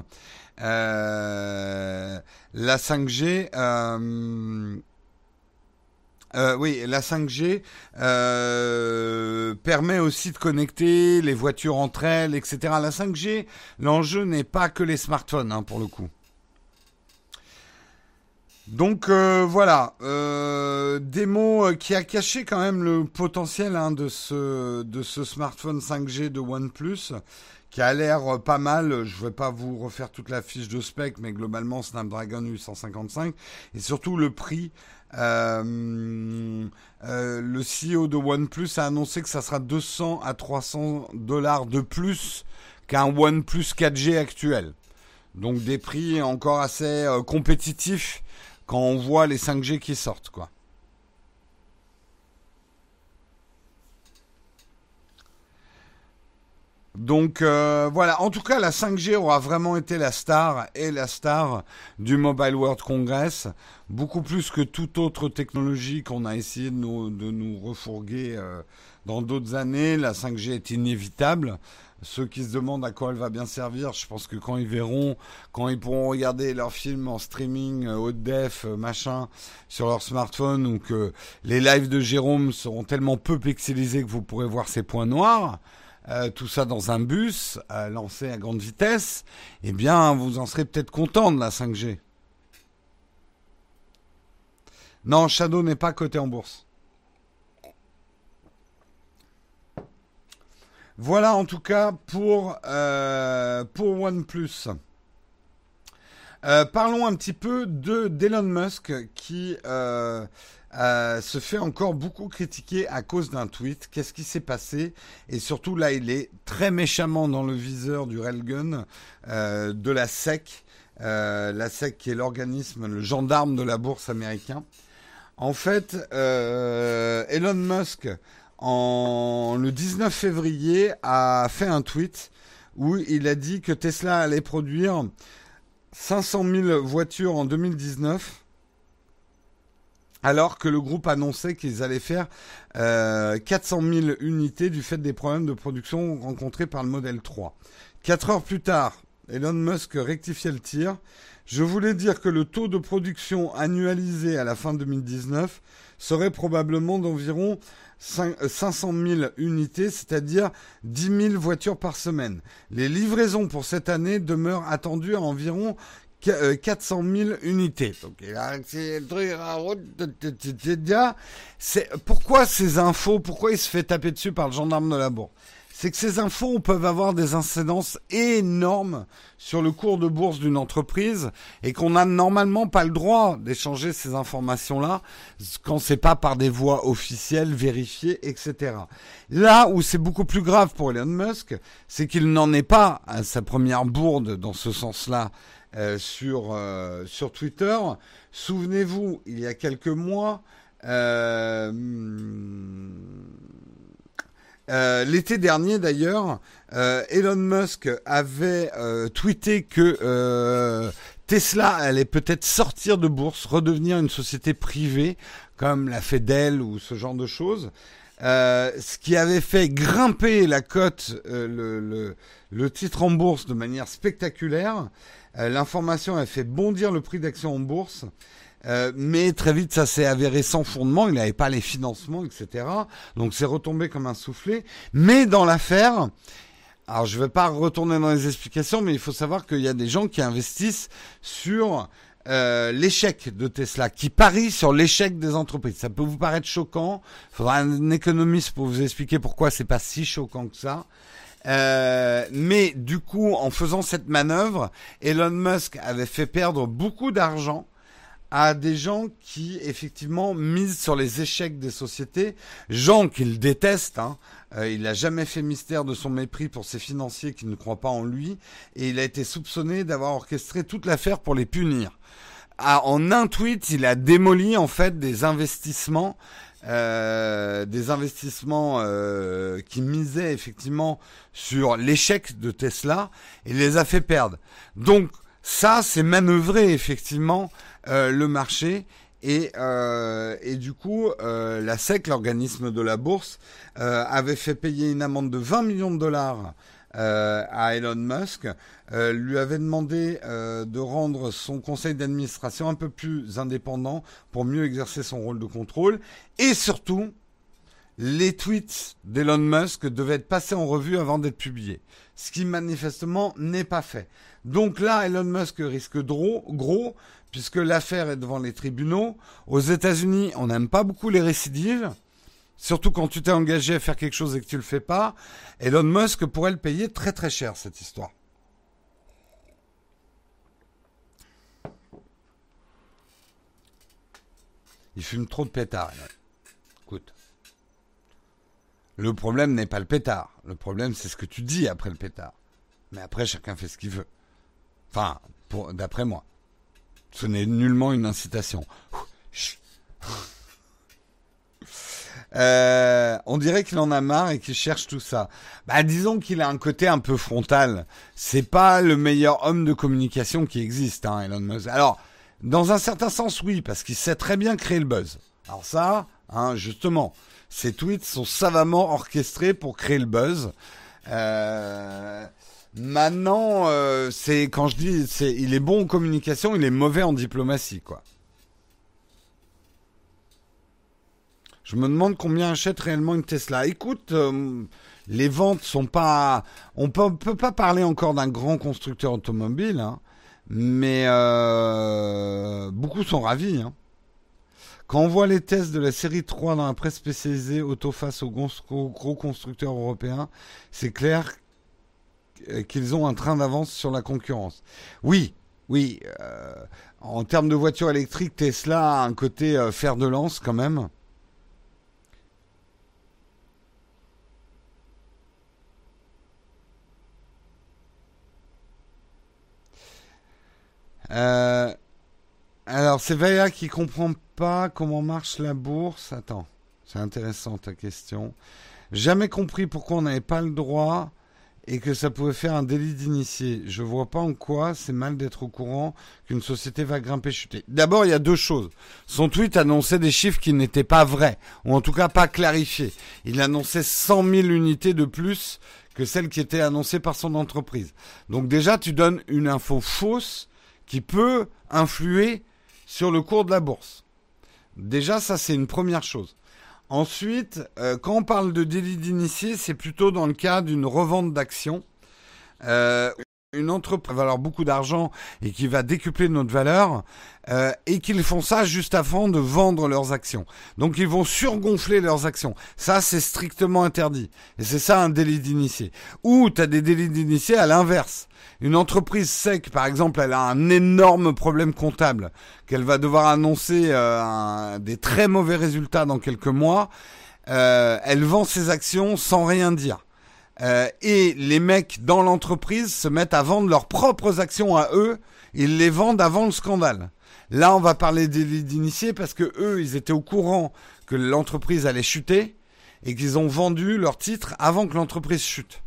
euh, la cinq G, euh, euh, oui, la cinq G euh, permet aussi de connecter les voitures entre elles, et cetera. La cinq G, l'enjeu n'est pas que les smartphones, hein, pour le coup. Donc euh, voilà, euh, démo euh, qui a caché quand même le potentiel hein, de ce de ce smartphone cinq G de OnePlus, qui a l'air euh, pas mal. Je vais pas vous refaire toute la fiche de spec, mais globalement Snapdragon huit cent cinquante-cinq et surtout le prix. Euh, euh, le C E O de OnePlus a annoncé que ça sera deux cents à trois cents dollars de plus qu'un OnePlus quatre G actuel. Donc des prix encore assez euh, compétitifs quand on voit les cinq G qui sortent, quoi. Donc euh, voilà, en tout cas la cinq G aura vraiment été la star et la star du Mobile World Congress, beaucoup plus que toute autre technologie qu'on a essayé de nous, de nous refourguer euh, dans d'autres années. La cinq G est inévitable. Ceux qui se demandent à quoi elle va bien servir, je pense que quand ils verront, quand ils pourront regarder leurs films en streaming, euh, haute def, euh, machin, sur leur smartphone, ou que les lives de Jérôme seront tellement peu pixelisés que vous pourrez voir ces points noirs, euh, tout ça dans un bus, euh, lancé à grande vitesse, eh bien, vous en serez peut-être content de la cinq G. Non, Shadow n'est pas coté en bourse. Voilà en tout cas pour, euh, pour OnePlus. Euh, parlons un petit peu de d'Elon Musk qui euh, euh, se fait encore beaucoup critiquer à cause d'un tweet. Qu'est-ce qui s'est passé? Et surtout là, il est très méchamment dans le viseur du railgun euh, de la S E C. Euh, la S E C qui est l'organisme, le gendarme de la bourse américain. En fait, euh, Elon Musk, en, le dix-neuf février, a fait un tweet où il a dit que Tesla allait produire cinq cent mille voitures en deux mille dix-neuf, alors que le groupe annonçait qu'ils allaient faire euh, quatre cent mille unités du fait des problèmes de production rencontrés par le modèle trois. Quatre heures plus tard, Elon Musk rectifiait le tir. Je voulais dire que le taux de production annualisé à la fin deux mille dix-neuf serait probablement d'environ cinq cent mille unités, c'est-à-dire dix mille voitures par semaine. Les livraisons pour cette année demeurent attendues à environ quatre cent mille unités. Donc, c'est pourquoi ces infos, pourquoi il se fait taper dessus par le gendarme de la bourse? C'est que ces infos peuvent avoir des incidences énormes sur le cours de bourse d'une entreprise et qu'on n'a normalement pas le droit d'échanger ces informations-là quand c'est pas par des voies officielles, vérifiées, et cetera. Là où c'est beaucoup plus grave pour Elon Musk, c'est qu'il n'en est pas à sa première bourde dans ce sens-là euh, sur, euh, sur Twitter. Souvenez-vous, il y a quelques mois, euh, Euh, l'été dernier d'ailleurs, euh, Elon Musk avait euh, tweeté que euh, Tesla allait peut-être sortir de bourse, redevenir une société privée, comme l'a fait Dell ou ce genre de choses, euh, ce qui avait fait grimper la cote, euh, le, le, le titre en bourse de manière spectaculaire. Euh, l'information a fait bondir le prix d'action en bourse. Euh, mais très vite, ça s'est avéré sans fondement. Il n'avait pas les financements, et cetera. Donc, c'est retombé comme un soufflé. Mais dans l'affaire, alors je ne vais pas retourner dans les explications, mais il faut savoir qu'il y a des gens qui investissent sur euh, l'échec de Tesla, qui parient sur l'échec des entreprises. Ça peut vous paraître choquant. Il faudra un économiste pour vous expliquer pourquoi c'est pas si choquant que ça. Euh, mais du coup, en faisant cette manœuvre, Elon Musk avait fait perdre beaucoup d'argent à des gens qui, effectivement, misent sur les échecs des sociétés, gens qu'il déteste. Hein. Euh, il n'a jamais fait mystère de son mépris pour ses financiers qui ne croient pas en lui, et il a été soupçonné d'avoir orchestré toute l'affaire pour les punir. Ah, en un tweet, il a démoli, en fait, des investissements, euh, des investissements euh, qui misaient, effectivement, sur l'échec de Tesla, et les a fait perdre. Donc, ça, c'est manœuvrer, effectivement, Euh, le marché et, euh, et du coup euh, la S E C, l'organisme de la bourse, euh, avait fait payer une amende de vingt millions de dollars euh, à Elon Musk, euh, lui avait demandé euh, de rendre son conseil d'administration un peu plus indépendant pour mieux exercer son rôle de contrôle et surtout les tweets d'Elon Musk devaient être passés en revue avant d'être publiés. Ce qui manifestement n'est pas fait. Donc là, Elon Musk risque gros, gros puisque l'affaire est devant les tribunaux. Aux États-Unis, on n'aime pas beaucoup les récidives. Surtout quand tu t'es engagé à faire quelque chose et que tu le fais pas. Elon Musk pourrait le payer très très cher, cette histoire. Il fume trop de pétards. Écoute. Le problème n'est pas le pétard. Le problème, c'est ce que tu dis après le pétard. Mais après, chacun fait ce qu'il veut. Enfin, pour, d'après moi. Ce n'est nullement une incitation. Euh, on dirait qu'il en a marre et qu'il cherche tout ça. Bah, disons qu'il a un côté un peu frontal. C'est pas le meilleur homme de communication qui existe, hein, Elon Musk. Alors, dans un certain sens, oui, parce qu'il sait très bien créer le buzz. Alors ça, hein, justement, ces tweets sont savamment orchestrés pour créer le buzz. Euh, maintenant, euh, c'est quand je dis, c'est, il est bon en communication, il est mauvais en diplomatie, quoi. Je me demande combien achète réellement une Tesla. Écoute, euh, les ventes sont pas... On peut, peut pas parler encore d'un grand constructeur automobile, hein, mais euh, beaucoup sont ravis. Hein. Quand on voit les tests de la série trois dans la presse spécialisée auto face aux gros, gros constructeurs européens, c'est clair qu'ils ont un train d'avance sur la concurrence. Oui, oui. Euh, en termes de voitures électriques, Tesla a un côté euh, fer de lance quand même. Euh, alors, c'est Vaya qui comprend pas comment marche la bourse. Attends, c'est intéressant ta question. Jamais compris pourquoi on n'avait pas le droit et que ça pouvait faire un délit d'initié. Je vois pas en quoi c'est mal d'être au courant qu'une société va grimper, chuter. D'abord, il y a deux choses. Son tweet annonçait des chiffres qui n'étaient pas vrais, ou en tout cas pas clarifiés. Il annonçait cent mille unités de plus que celles qui étaient annoncées par son entreprise. Donc déjà, tu donnes une info fausse qui peut influer sur le cours de la bourse. Déjà, ça, c'est une première chose. Ensuite, euh, quand on parle de délit d'initié, c'est plutôt dans le cas d'une revente d'actions. Euh, une entreprise va valoir beaucoup d'argent et qui va décupler notre valeur, euh, et qu'ils font ça juste avant de vendre leurs actions. Donc ils vont surgonfler leurs actions. Ça, c'est strictement interdit. Et c'est ça un délit d'initié. Ou tu as des délits d'initié à l'inverse. Une entreprise sait que, par exemple, elle a un énorme problème comptable, qu'elle va devoir annoncer euh, un, des très mauvais résultats dans quelques mois, euh, elle vend ses actions sans rien dire. Euh, et les mecs dans l'entreprise se mettent à vendre leurs propres actions à eux, ils les vendent avant le scandale. Là, on va parler des délits d'initiés parce que eux, ils étaient au courant que l'entreprise allait chuter et qu'ils ont vendu leurs titres avant que l'entreprise chute.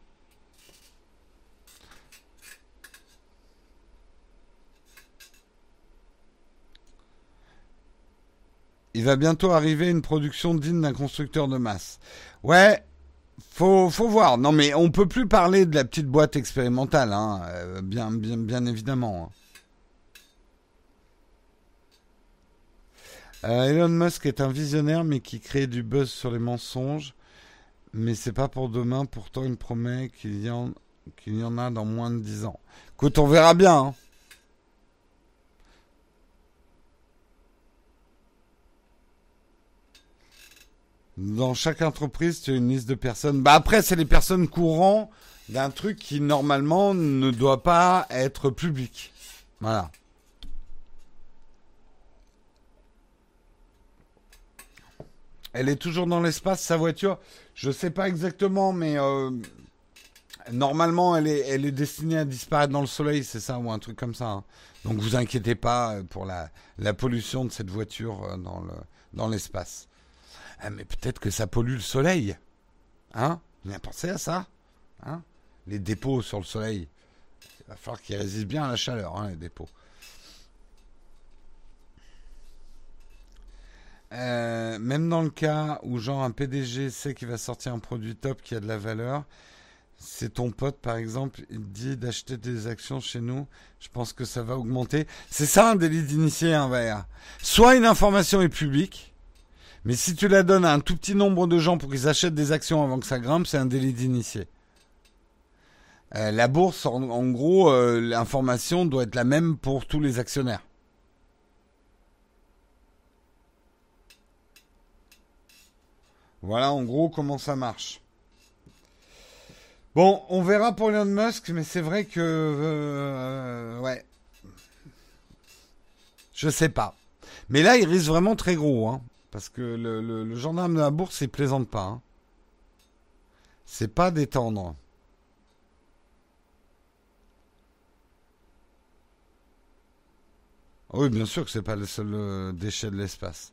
Il va bientôt arriver une production digne d'un constructeur de masse. Ouais, faut, faut voir. Non, mais on peut plus parler de la petite boîte expérimentale, hein, euh, bien, bien, bien évidemment. Euh, Elon Musk est un visionnaire, mais qui crée du buzz sur les mensonges. Mais c'est pas pour demain. Pourtant, il promet qu'il y en, qu'il y en a dans moins de dix ans. Écoute, on verra bien. Hein. Dans chaque entreprise, tu as une liste de personnes. Bah après, c'est les personnes courantes d'un truc qui, normalement, ne doit pas être public. Voilà. Elle est toujours dans l'espace, sa voiture. Je sais pas exactement, mais euh, normalement, elle est, elle est destinée à disparaître dans le soleil, c'est ça, ou un truc comme ça. Hein. Donc, vous inquiétez pas pour la, la pollution de cette voiture dans le, dans l'espace. Ah, mais peut-être que ça pollue le soleil. Hein? Vous avez pensé à ça? Hein? Les dépôts sur le soleil. Il va falloir qu'ils résistent bien à la chaleur, hein, les dépôts. Euh, même dans le cas où genre un P D G sait qu'il va sortir un produit top qui a de la valeur, c'est ton pote par exemple, il dit d'acheter des actions chez nous, je pense que ça va augmenter. C'est ça un délit d'initié, hein, V R. Soit une information est publique, Mais si tu la donnes à un tout petit nombre de gens pour qu'ils achètent des actions avant que ça grimpe, c'est un délit d'initié. Euh, la bourse, en, en gros, euh, l'information doit être la même pour tous les actionnaires. Voilà en gros comment ça marche. Bon, on verra pour Elon Musk, mais c'est vrai que... Euh, ouais. Je sais pas. Mais là, il risque vraiment très gros, hein. Parce que le, le, le gendarme de la bourse, il plaisante pas, hein. C'est pas détendre. Oui, bien sûr que c'est pas le seul euh, déchet de l'espace.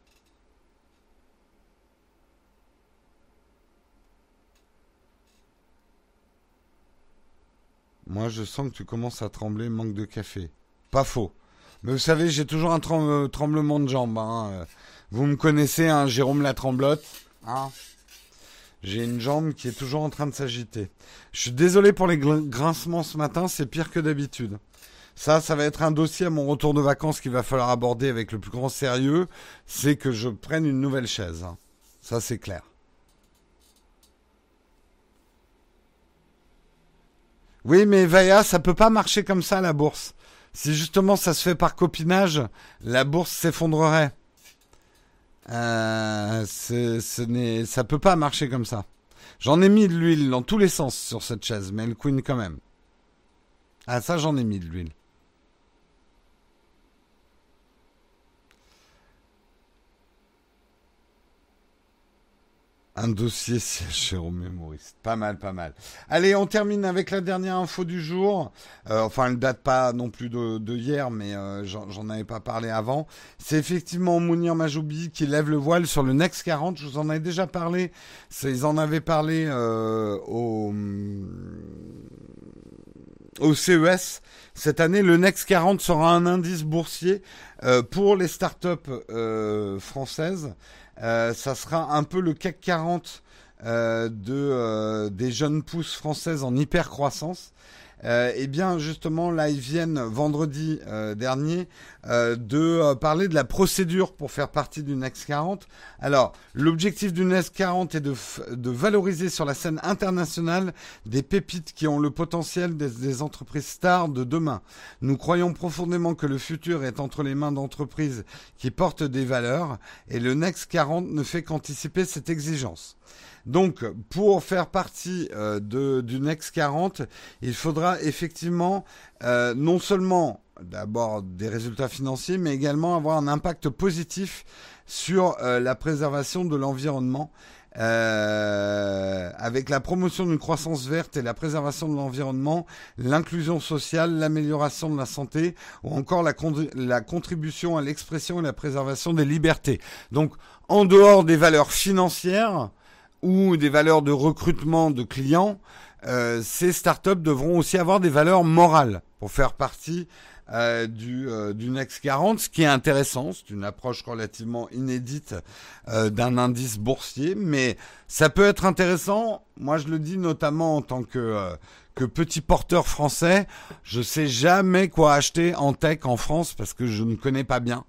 Moi, je sens que tu commences à trembler, manque de café. Pas faux. Mais vous savez, j'ai toujours un trem- tremblement de jambe, hein. Euh, Vous me connaissez, hein, Jérôme la tremblote. Hein. J'ai une jambe qui est toujours en train de s'agiter. Je suis désolé pour les gl- grincements ce matin, c'est pire que d'habitude. Ça, ça va être un dossier à mon retour de vacances qu'il va falloir aborder avec le plus grand sérieux. C'est que je prenne une nouvelle chaise, hein. Ça, c'est clair. Oui, mais Vaya, ça peut pas marcher comme ça, la bourse. Si justement ça se fait par copinage, la bourse s'effondrerait. Euh, c'est- ce n'est, ça peut pas marcher comme ça. J'en ai mis de l'huile dans tous les sens sur cette chaise, mais elle couine quand même. Ah, ça, j'en ai mis de l'huile. Un dossier siège Jérôme Mémoriste. Pas mal, pas mal. Allez, on termine avec la dernière info du jour. Euh, enfin, elle date pas non plus de, de hier, mais euh, j'en j'en avais pas parlé avant. C'est effectivement Mounir Majoubi qui lève le voile sur le Next quarante. Je vous en avais déjà parlé. C'est- Ils en avaient parlé euh, au, au C E S. Cette année, le Next quarante sera un indice boursier euh, pour les startups euh, françaises. Euh, ça sera un peu le C A C quarante euh, de, euh, des jeunes pousses françaises en hyper croissance. Euh, et bien justement là ils viennent vendredi euh, dernier euh, de euh, parler de la procédure pour faire partie du Next quarante. Alors l'objectif du Next quarante est de, f- de valoriser sur la scène internationale des pépites qui ont le potentiel des, des entreprises stars de demain. Nous croyons profondément que le futur est entre les mains d'entreprises qui portent des valeurs et le Next quarante ne fait qu'anticiper cette exigence. Donc, pour faire partie euh, de, du Next quarante, il faudra effectivement euh, non seulement d'abord des résultats financiers, mais également avoir un impact positif sur euh, la préservation de l'environnement. Euh, avec la promotion d'une croissance verte et la préservation de l'environnement, l'inclusion sociale, l'amélioration de la santé ou encore la, con- la contribution à l'expression et la préservation des libertés. Donc, en dehors des valeurs financières, ou des valeurs de recrutement de clients, euh, ces startups devront aussi avoir des valeurs morales pour faire partie euh, du, euh, du Next quarante, ce qui est intéressant. C'est une approche relativement inédite euh, d'un indice boursier, mais ça peut être intéressant. Moi, je le dis notamment en tant que, euh, que petit porteur français. Je sais jamais quoi acheter en tech en France parce que je ne connais pas bien.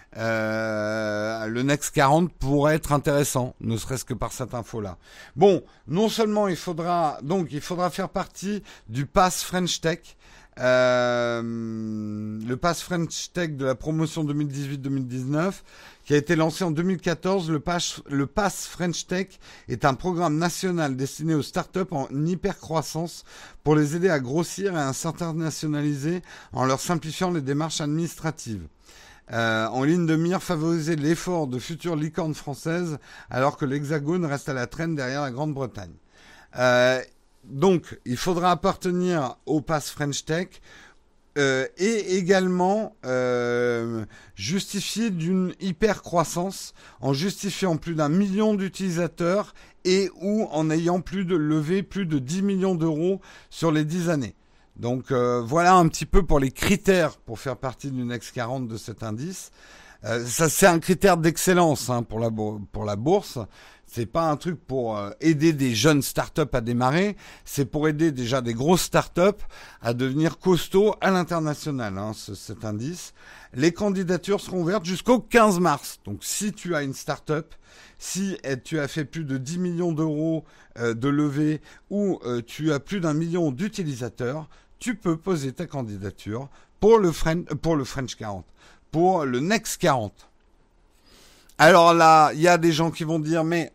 Euh, le Next quarante pourrait être intéressant, ne serait-ce que par cette info-là. Bon, non seulement il faudra donc il faudra faire partie du Pass French Tech, euh, le Pass French Tech de la promotion deux mille dix-huit deux mille dix-neuf, qui a été lancé en deux mille quatorze. Le Pass, le Pass French Tech est un programme national destiné aux startups en hypercroissance pour les aider à grossir et à s'internationaliser en leur simplifiant les démarches administratives. Euh, en ligne de mire, favoriser l'effort de futures licornes françaises alors que l'Hexagone reste à la traîne derrière la Grande-Bretagne. Euh, donc, il faudra appartenir au Pass French Tech euh, et également euh, justifier d'une hyper croissance en justifiant plus d'un million d'utilisateurs et ou en ayant plus de levé plus de dix millions d'euros sur les dix années. Donc euh, voilà un petit peu pour les critères pour faire partie du Next quarante de cet indice. Euh, ça, c'est un critère d'excellence hein, pour la pour la bourse. C'est pas un truc pour euh, aider des jeunes startups à démarrer. C'est pour aider déjà des grosses startups à devenir costauds à l'international. Hein, ce, cet indice. Les candidatures seront ouvertes jusqu'au quinze mars. Donc, si tu as une startup, si tu as fait plus de dix millions d'euros euh, de levée ou euh, tu as plus d'un million d'utilisateurs, tu peux poser ta candidature pour le French, pour le French quarante, pour le Next quarante. Alors là, il y a des gens qui vont dire, mais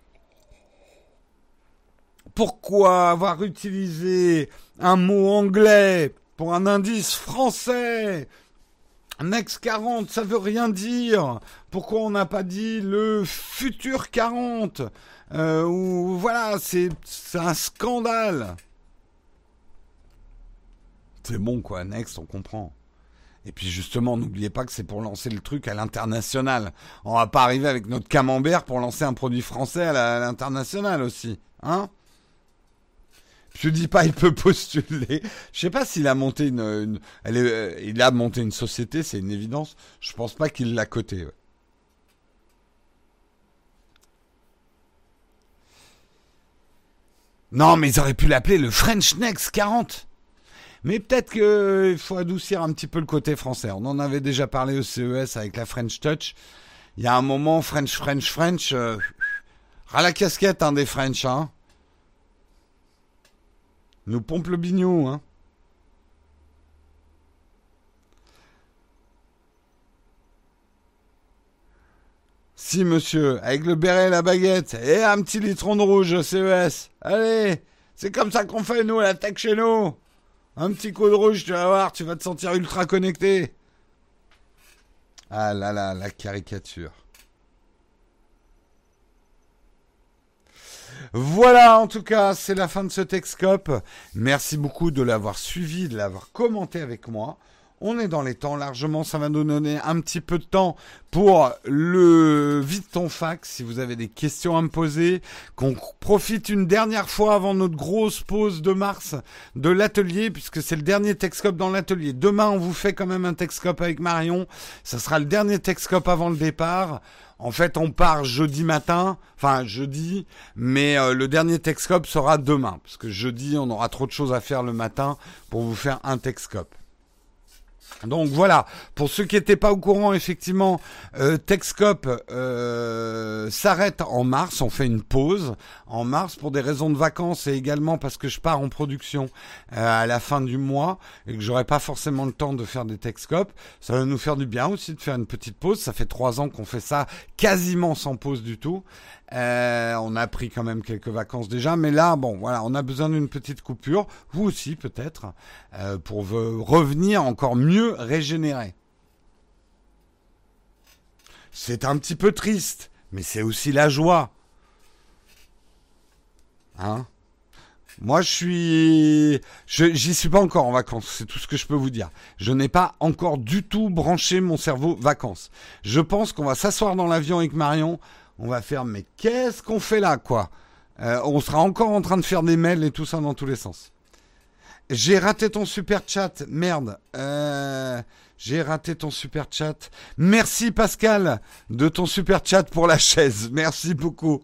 pourquoi avoir utilisé un mot anglais pour un indice français ? Next quarante, ça veut rien dire. Pourquoi on n'a pas dit le futur quarante euh, ou voilà, c'est, c'est un scandale. C'est bon quoi, Next, on comprend. Et puis justement, n'oubliez pas que c'est pour lancer le truc à l'international. On va pas arriver avec notre camembert pour lancer un produit français à, la, à l'international aussi, hein ? Je dis pas, il peut postuler. Je sais pas s'il a monté une, une elle est, euh, il a monté une société, c'est une évidence. Je pense pas qu'il l'a coté. Ouais. Non, mais ils auraient pu l'appeler le French Next quarante. Mais peut-être qu'il faut adoucir un petit peu le côté français. On en avait déjà parlé au C E S avec la French Touch. Il y a un moment, French, French, French. Euh, ras la casquette, hein, des French, hein. Nous pompe le bignou, hein. Si, monsieur, avec le béret et la baguette, et un petit litron de rouge au C E S. Allez, c'est comme ça qu'on fait, nous, à la tech chez nous. Un petit coup de rouge, tu vas voir, tu vas te sentir ultra connecté. Ah là là, la caricature. Voilà, en tout cas, c'est la fin de ce Techscope. Merci beaucoup de l'avoir suivi, de l'avoir commenté avec moi. On est dans les temps largement, ça va nous donner un petit peu de temps pour le vide ton fax, si vous avez des questions à me poser, qu'on profite une dernière fois avant notre grosse pause de mars de l'atelier, puisque c'est le dernier Techscope dans l'atelier. Demain, on vous fait quand même un Techscope avec Marion, ça sera le dernier Techscope avant le départ. En fait, on part jeudi matin, enfin jeudi, mais euh, le dernier Techscope sera demain, parce que jeudi, on aura trop de choses à faire le matin pour vous faire un Techscope. Donc voilà, pour ceux qui n'étaient pas au courant, effectivement, euh, Techscope euh, s'arrête en mars, on fait une pause en mars pour des raisons de vacances et également parce que je pars en production euh, à la fin du mois et que j'aurai pas forcément le temps de faire des Techscopes. Ça va nous faire du bien aussi de faire une petite pause, ça fait trois ans qu'on fait ça quasiment sans pause du tout. Euh, on a pris quand même quelques vacances déjà, mais là, bon, voilà, on a besoin d'une petite coupure, vous aussi peut-être, euh, pour revenir encore mieux régénéré. C'est un petit peu triste, mais c'est aussi la joie. Hein ? Moi, je suis, je, j'y suis pas encore en vacances. C'est tout ce que je peux vous dire. Je n'ai pas encore du tout branché mon cerveau vacances. Je pense qu'on va s'asseoir dans l'avion avec Marion. On va faire, mais qu'est-ce qu'on fait là, quoi ? euh, On sera encore en train de faire des mails et tout ça dans tous les sens. J'ai raté ton super chat, merde. Euh, j'ai raté ton super chat. Merci Pascal de ton super chat pour la chaise. Merci beaucoup.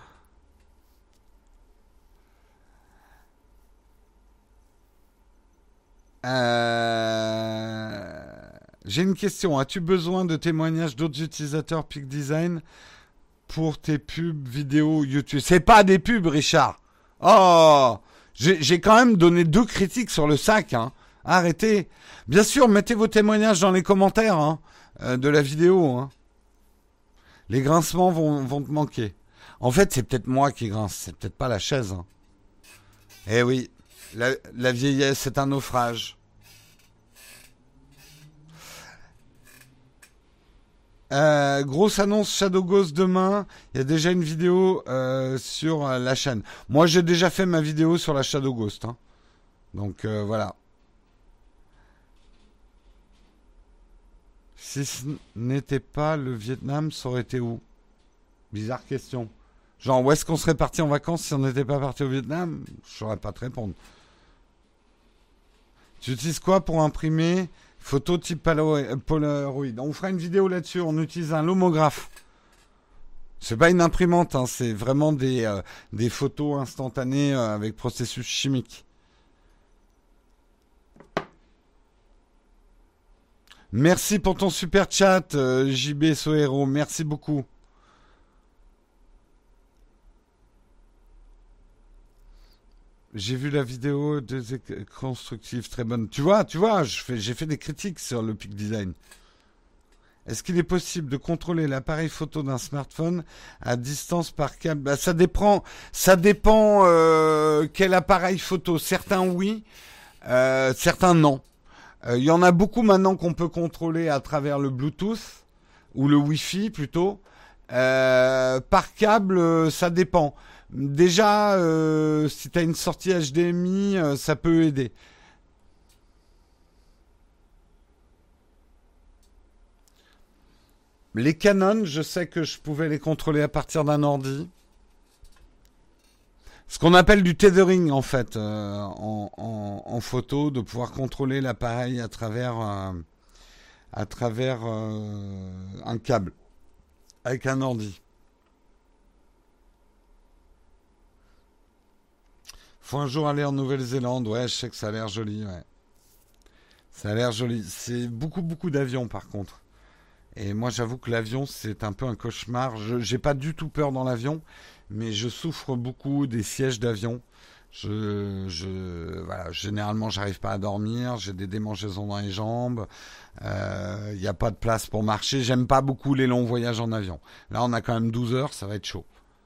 Euh, j'ai une question. As-tu besoin de témoignages d'autres utilisateurs Peak Design pour tes pubs vidéo YouTube? C'est pas des pubs, Richard. Oh, j'ai, j'ai quand même donné deux critiques sur le sac. Hein. Arrêtez. Bien sûr, mettez vos témoignages dans les commentaires hein, euh, de la vidéo. Hein. Les grincements vont, vont te manquer. En fait, c'est peut-être moi qui grince. C'est peut-être pas la chaise. Hein. Eh oui, la, la vieillesse, c'est un naufrage. Euh, grosse annonce Shadow Ghost demain. Il y a déjà une vidéo euh, sur euh, la chaîne. Moi, j'ai déjà fait ma vidéo sur la Shadow Ghost. Hein. Donc euh, voilà. Si ce n'était pas le Vietnam, ça aurait été où? Bizarre question. Genre, où est-ce qu'on serait parti en vacances si on n'était pas parti au Vietnam? Je saurais pas te répondre. Tu utilises quoi pour imprimer Photo type Polaroid. Polaroid. On fera une vidéo là-dessus. On utilise un lomographe. C'est pas une imprimante, hein, c'est vraiment des, euh, des photos instantanées euh, avec processus chimique. Merci pour ton super chat, euh, J B Sohero. Merci beaucoup. J'ai vu la vidéo de constructive, très bonne. Tu vois, tu vois, je fais, j'ai fait des critiques sur le Peak Design. Est-ce qu'il est possible de contrôler l'appareil photo d'un smartphone à distance par câble? Bah, ça dépend, ça dépend euh, quel appareil photo. Certains oui, euh, certains non. Il euh, y en a beaucoup maintenant qu'on peut contrôler à travers le Bluetooth ou le Wi-Fi plutôt. Euh, par câble, ça dépend. Déjà, euh, si tu as une sortie H D M I, euh, ça peut aider. Les Canon, je sais que je pouvais les contrôler à partir d'un ordi. Ce qu'on appelle du tethering en fait, euh, en, en, en photo, de pouvoir contrôler l'appareil à travers, euh, à travers euh, un câble, avec un ordi. Faut un jour aller en Nouvelle-Zélande, ouais, je sais que ça a l'air joli, ouais. Ça a l'air joli. C'est beaucoup, beaucoup d'avions par contre. Et moi, j'avoue que l'avion, c'est un peu un cauchemar. Je j'ai pas du tout peur dans l'avion, mais je souffre beaucoup des sièges d'avion. Je, je, voilà, généralement, j'arrive pas à dormir. J'ai des démangeaisons dans les jambes. Il euh, n'y a pas de place pour marcher. J'aime pas beaucoup les longs voyages en avion. Là, on a quand même douze heures, ça va être chaud.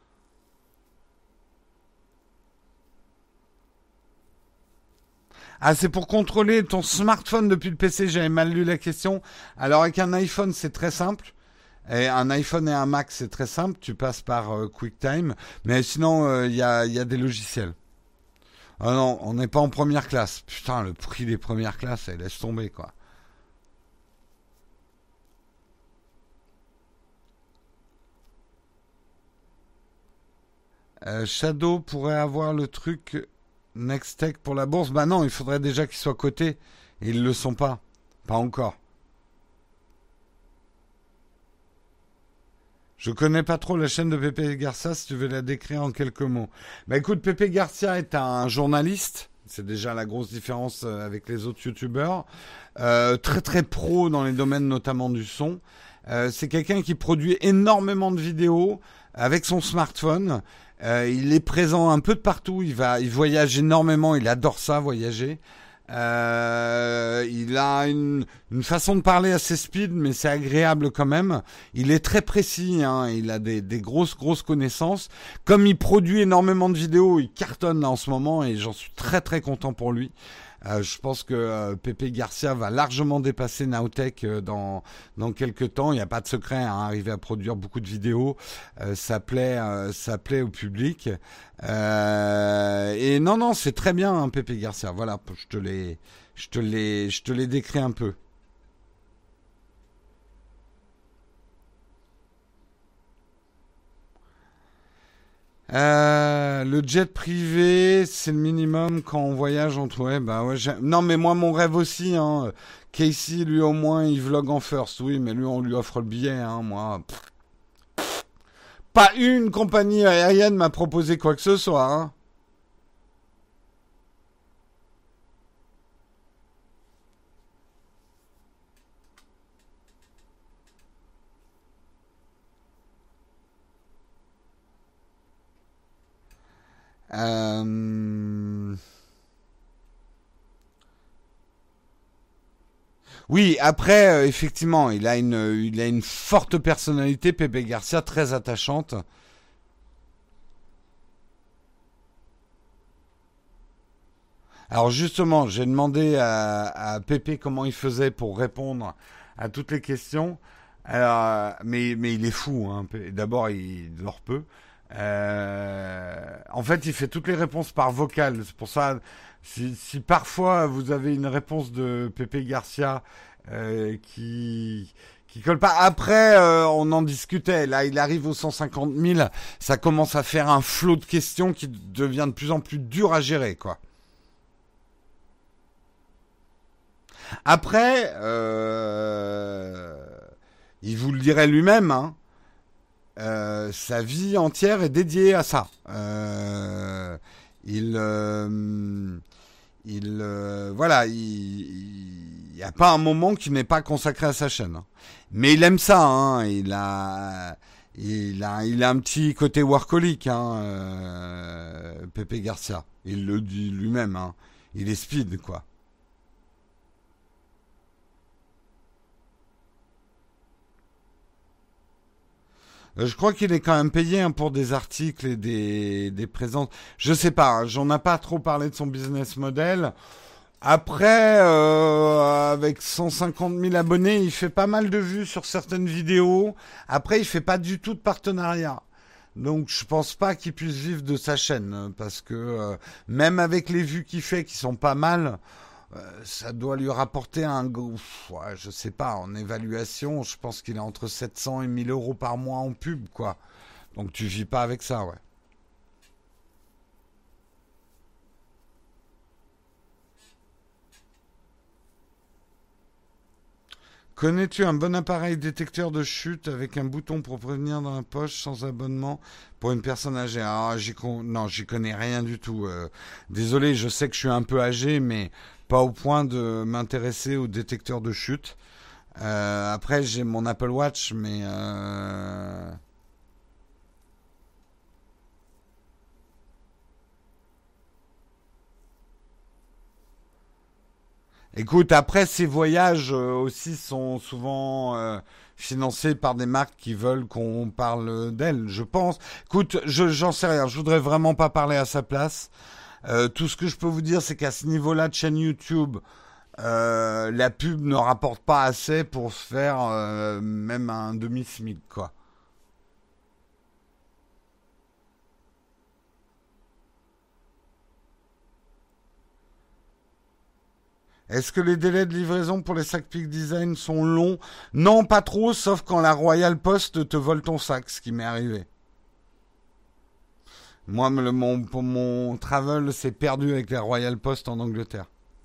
Ah, c'est pour contrôler ton smartphone depuis le P C, j'avais mal lu la question. Alors avec un iPhone, c'est très simple. Et un iPhone et un Mac, c'est très simple. Tu passes par euh, QuickTime. Mais sinon, il euh, y, a, y a des logiciels. Ah non, on n'est pas en première classe. Putain, le prix des premières classes, elle laisse tomber, quoi. Euh, Shadow pourrait avoir le truc Nextech pour la bourse. Bah non, il faudrait déjà qu'ils soient cotés. Et ils le sont pas. Pas encore. Je connais pas trop la chaîne de Pépé Garcia, si tu veux la décrire en quelques mots. Bah écoute, Pépé Garcia est un journaliste. C'est déjà la grosse différence avec les autres youtubeurs. Euh, très très pro dans les domaines notamment du son. Euh, c'est quelqu'un qui produit énormément de vidéos avec son smartphone. Euh, il est présent un peu de partout. Il va, il voyage énormément. Il adore ça, voyager. Euh, il a une, une façon de parler assez speed, mais c'est agréable quand même. Il est très précis, hein, il a des, des grosses grosses connaissances. Comme il produit énormément de vidéos, il cartonne là, en ce moment et j'en suis très très content pour lui. Euh, je pense que euh, Pépé Garcia va largement dépasser Nowtech euh, dans dans quelques temps. Il n'y a pas de secret, hein, arriver à produire beaucoup de vidéos, euh, ça plaît, euh, ça plaît au public. Euh, et non, non, c'est très bien, hein, Pépé Garcia. Voilà, je te l'ai, je te l'ai, je te l'ai décrit un peu. Euh, le jet privé, c'est le minimum quand on voyage entre. Ouais, bah ouais. Non, mais moi, mon rêve aussi. Hein. Casey, lui, au moins, il vlog en first. Oui, mais lui, on lui offre le billet. Hein, moi, pff. Pas une compagnie aérienne m'a proposé quoi que ce soit. Hein. Euh... Oui, après, euh, effectivement, il a une, il a une forte personnalité, Pépé Garcia, très attachante. Alors justement, j'ai demandé à, à Pépé comment il faisait pour répondre à toutes les questions. Alors, mais, mais il est fou. Hein. D'abord, il dort peu. Euh, en fait, il fait toutes les réponses par vocal. C'est pour ça, si, si parfois vous avez une réponse de Pépé Garcia euh, qui qui colle pas. Après, euh, on en discutait. Là, il arrive aux cent cinquante mille. Ça commence à faire un flot de questions qui devient de plus en plus dur à gérer, quoi. Après, euh, il vous le dirait lui-même, hein, euh, sa vie entière est dédiée à ça. Euh, il, euh, il, euh, voilà, il n'y a pas un moment qui n'est pas consacré à sa chaîne, hein. Mais il aime ça, hein, il a, il a, il a un petit côté workaholic, hein, euh, Pepe Garcia. Il le dit lui-même, hein. Il est speed, quoi. Euh, Je crois qu'il est quand même payé, hein, pour des articles et des, des présences. Je sais pas, hein, j'en ai pas trop parlé de son business model. Après, euh, avec cent cinquante mille abonnés, il fait pas mal de vues sur certaines vidéos. Après, il fait pas du tout de partenariat. Donc, je pense pas qu'il puisse vivre de sa chaîne, hein, parce que euh, même avec les vues qu'il fait, qui sont pas mal, euh, ça doit lui rapporter un, gros- ouais, je sais pas, en évaluation, je pense qu'il est entre sept cents et mille euros par mois en pub, quoi. Donc, tu vis pas avec ça, ouais. Connais-tu un bon appareil détecteur de chute avec un bouton pour prévenir dans la poche sans abonnement pour une personne âgée? Ah, j'y con... non, j'y connais rien du tout. euh. Désolé, je sais que je suis un peu âgé, mais pas au point de m'intéresser au détecteur de chute. Euh, après, j'ai mon Apple Watch, mais euh, écoute, après, ces voyages euh, aussi sont souvent euh, financés par des marques qui veulent qu'on parle d'elles, je pense. Écoute, je, j'en sais rien, je voudrais vraiment pas parler à sa place. Euh, tout ce que je peux vous dire, c'est qu'à ce niveau-là de chaîne YouTube, euh, la pub ne rapporte pas assez pour se faire euh, même un demi-smic, quoi. Est-ce que les délais de livraison pour les sacs Peak Design sont longs? Non, pas trop, sauf quand la Royal Post te vole ton sac, ce qui m'est arrivé. Moi, le- mon, pour mon travel s'est perdu avec la Royal Post en Angleterre.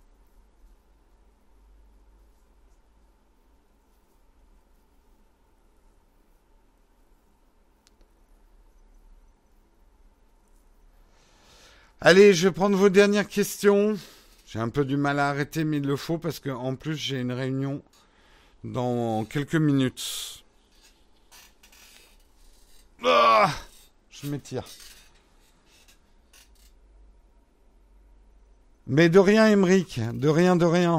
Allez, je vais prendre vos dernières questions. J'ai un peu du mal à arrêter, mais il le faut parce que en plus j'ai une réunion dans quelques minutes. Ah, je m'étire. Mais de rien, Emeric, de rien, de rien.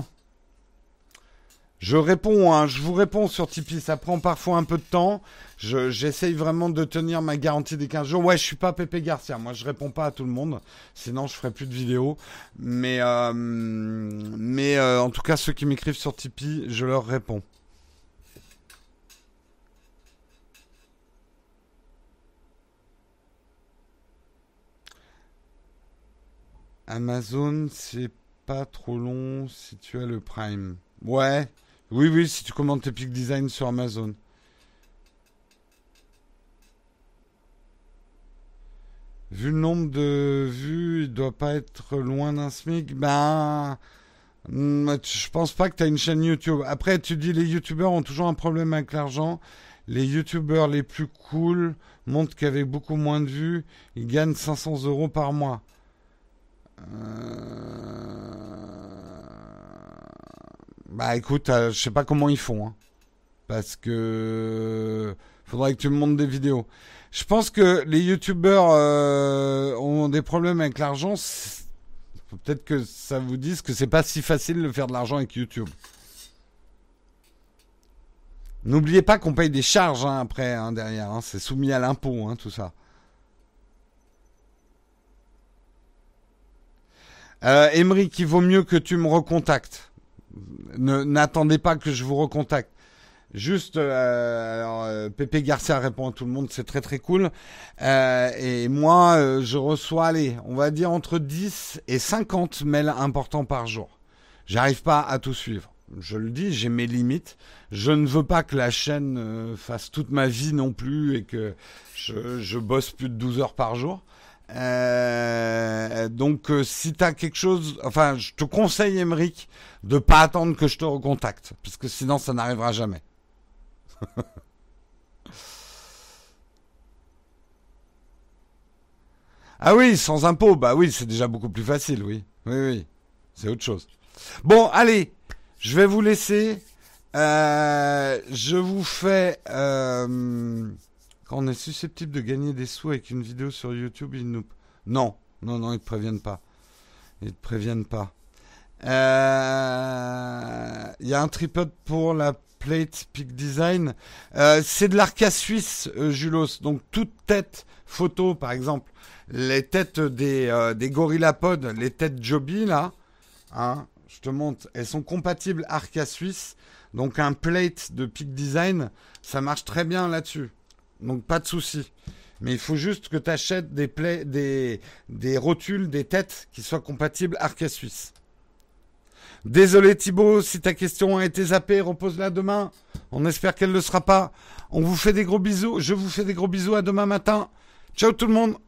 Je réponds, hein, je vous réponds sur Tipeee. Ça prend parfois un peu de temps. Je, j'essaye vraiment de tenir ma garantie des quinze jours. Ouais, je suis pas Pépé Garcia. Moi, je réponds pas à tout le monde. Sinon, je ferai plus de vidéos. Mais, euh, mais euh, en tout cas, ceux qui m'écrivent sur Tipeee, je leur réponds. Amazon, c'est pas trop long si tu as le Prime. Ouais. Oui, oui, si tu commandes tes Peak Design sur Amazon. Vu le nombre de vues, il doit pas être loin d'un SMIC. Ben, hmm, je pense pas que tu as une chaîne YouTube. Après, tu dis les YouTubeurs ont toujours un problème avec l'argent. Les YouTubeurs les plus cool montrent qu'avec beaucoup moins de vues, ils gagnent cinq cents euros par mois. Euh, Bah écoute, euh, je sais pas comment ils font, hein, parce que faudrait que tu me montres des vidéos. Je pense que les youtubeurs euh, ont des problèmes avec l'argent. C'est- Faut peut-être que ça vous dise que c'est pas si facile de faire de l'argent avec YouTube. N'oubliez pas qu'on paye des charges, hein, après, hein, derrière, hein. C'est soumis à l'impôt, hein, tout ça. Euh, Emeric, il vaut mieux que tu me recontactes. Ne- N'attendez pas que je vous recontacte. Juste, euh, alors, euh, Pépé Garcia répond à tout le monde, c'est très très cool. Euh, et moi, euh, je reçois, allez, on va dire entre dix et cinquante mails importants par jour. J'arrive pas à tout suivre. Je le dis, j'ai mes limites. Je ne veux pas que la chaîne euh, fasse toute ma vie non plus et que je, je bosse plus de douze heures par jour. Euh, donc, euh, si tu as quelque chose... Enfin, je te conseille, Émeric, de pas attendre que je te recontacte. Parce que sinon, ça n'arrivera jamais. Ah oui, sans impôt, bah oui, c'est déjà beaucoup plus facile, oui. Oui, oui, c'est autre chose. Bon, allez, je vais vous laisser. Euh, je vous fais... euh, quand on est susceptible de gagner des sous avec une vidéo sur YouTube, ils nous... Non, non, non, ils te préviennent pas. Ils te préviennent pas. Euh, Il y a un tripode pour la plate Peak Design. Euh, c'est de l'arca suisse, euh, Julos. Donc toute tête photo, par exemple, les têtes des, euh, des Gorillapod, les têtes Joby, là, hein, je te montre, elles sont compatibles arca suisse. Donc un plate de Peak Design, ça marche très bien là-dessus. Donc pas de souci. Mais il faut juste que tu achètes des, pla- des, des rotules, des têtes qui soient compatibles arca suisse. Désolé Thibaut, si ta question a été zappée, repose-la demain. On espère qu'elle ne le sera pas. On vous fait des gros bisous. Je vous fais des gros bisous. À demain matin. Ciao tout le monde.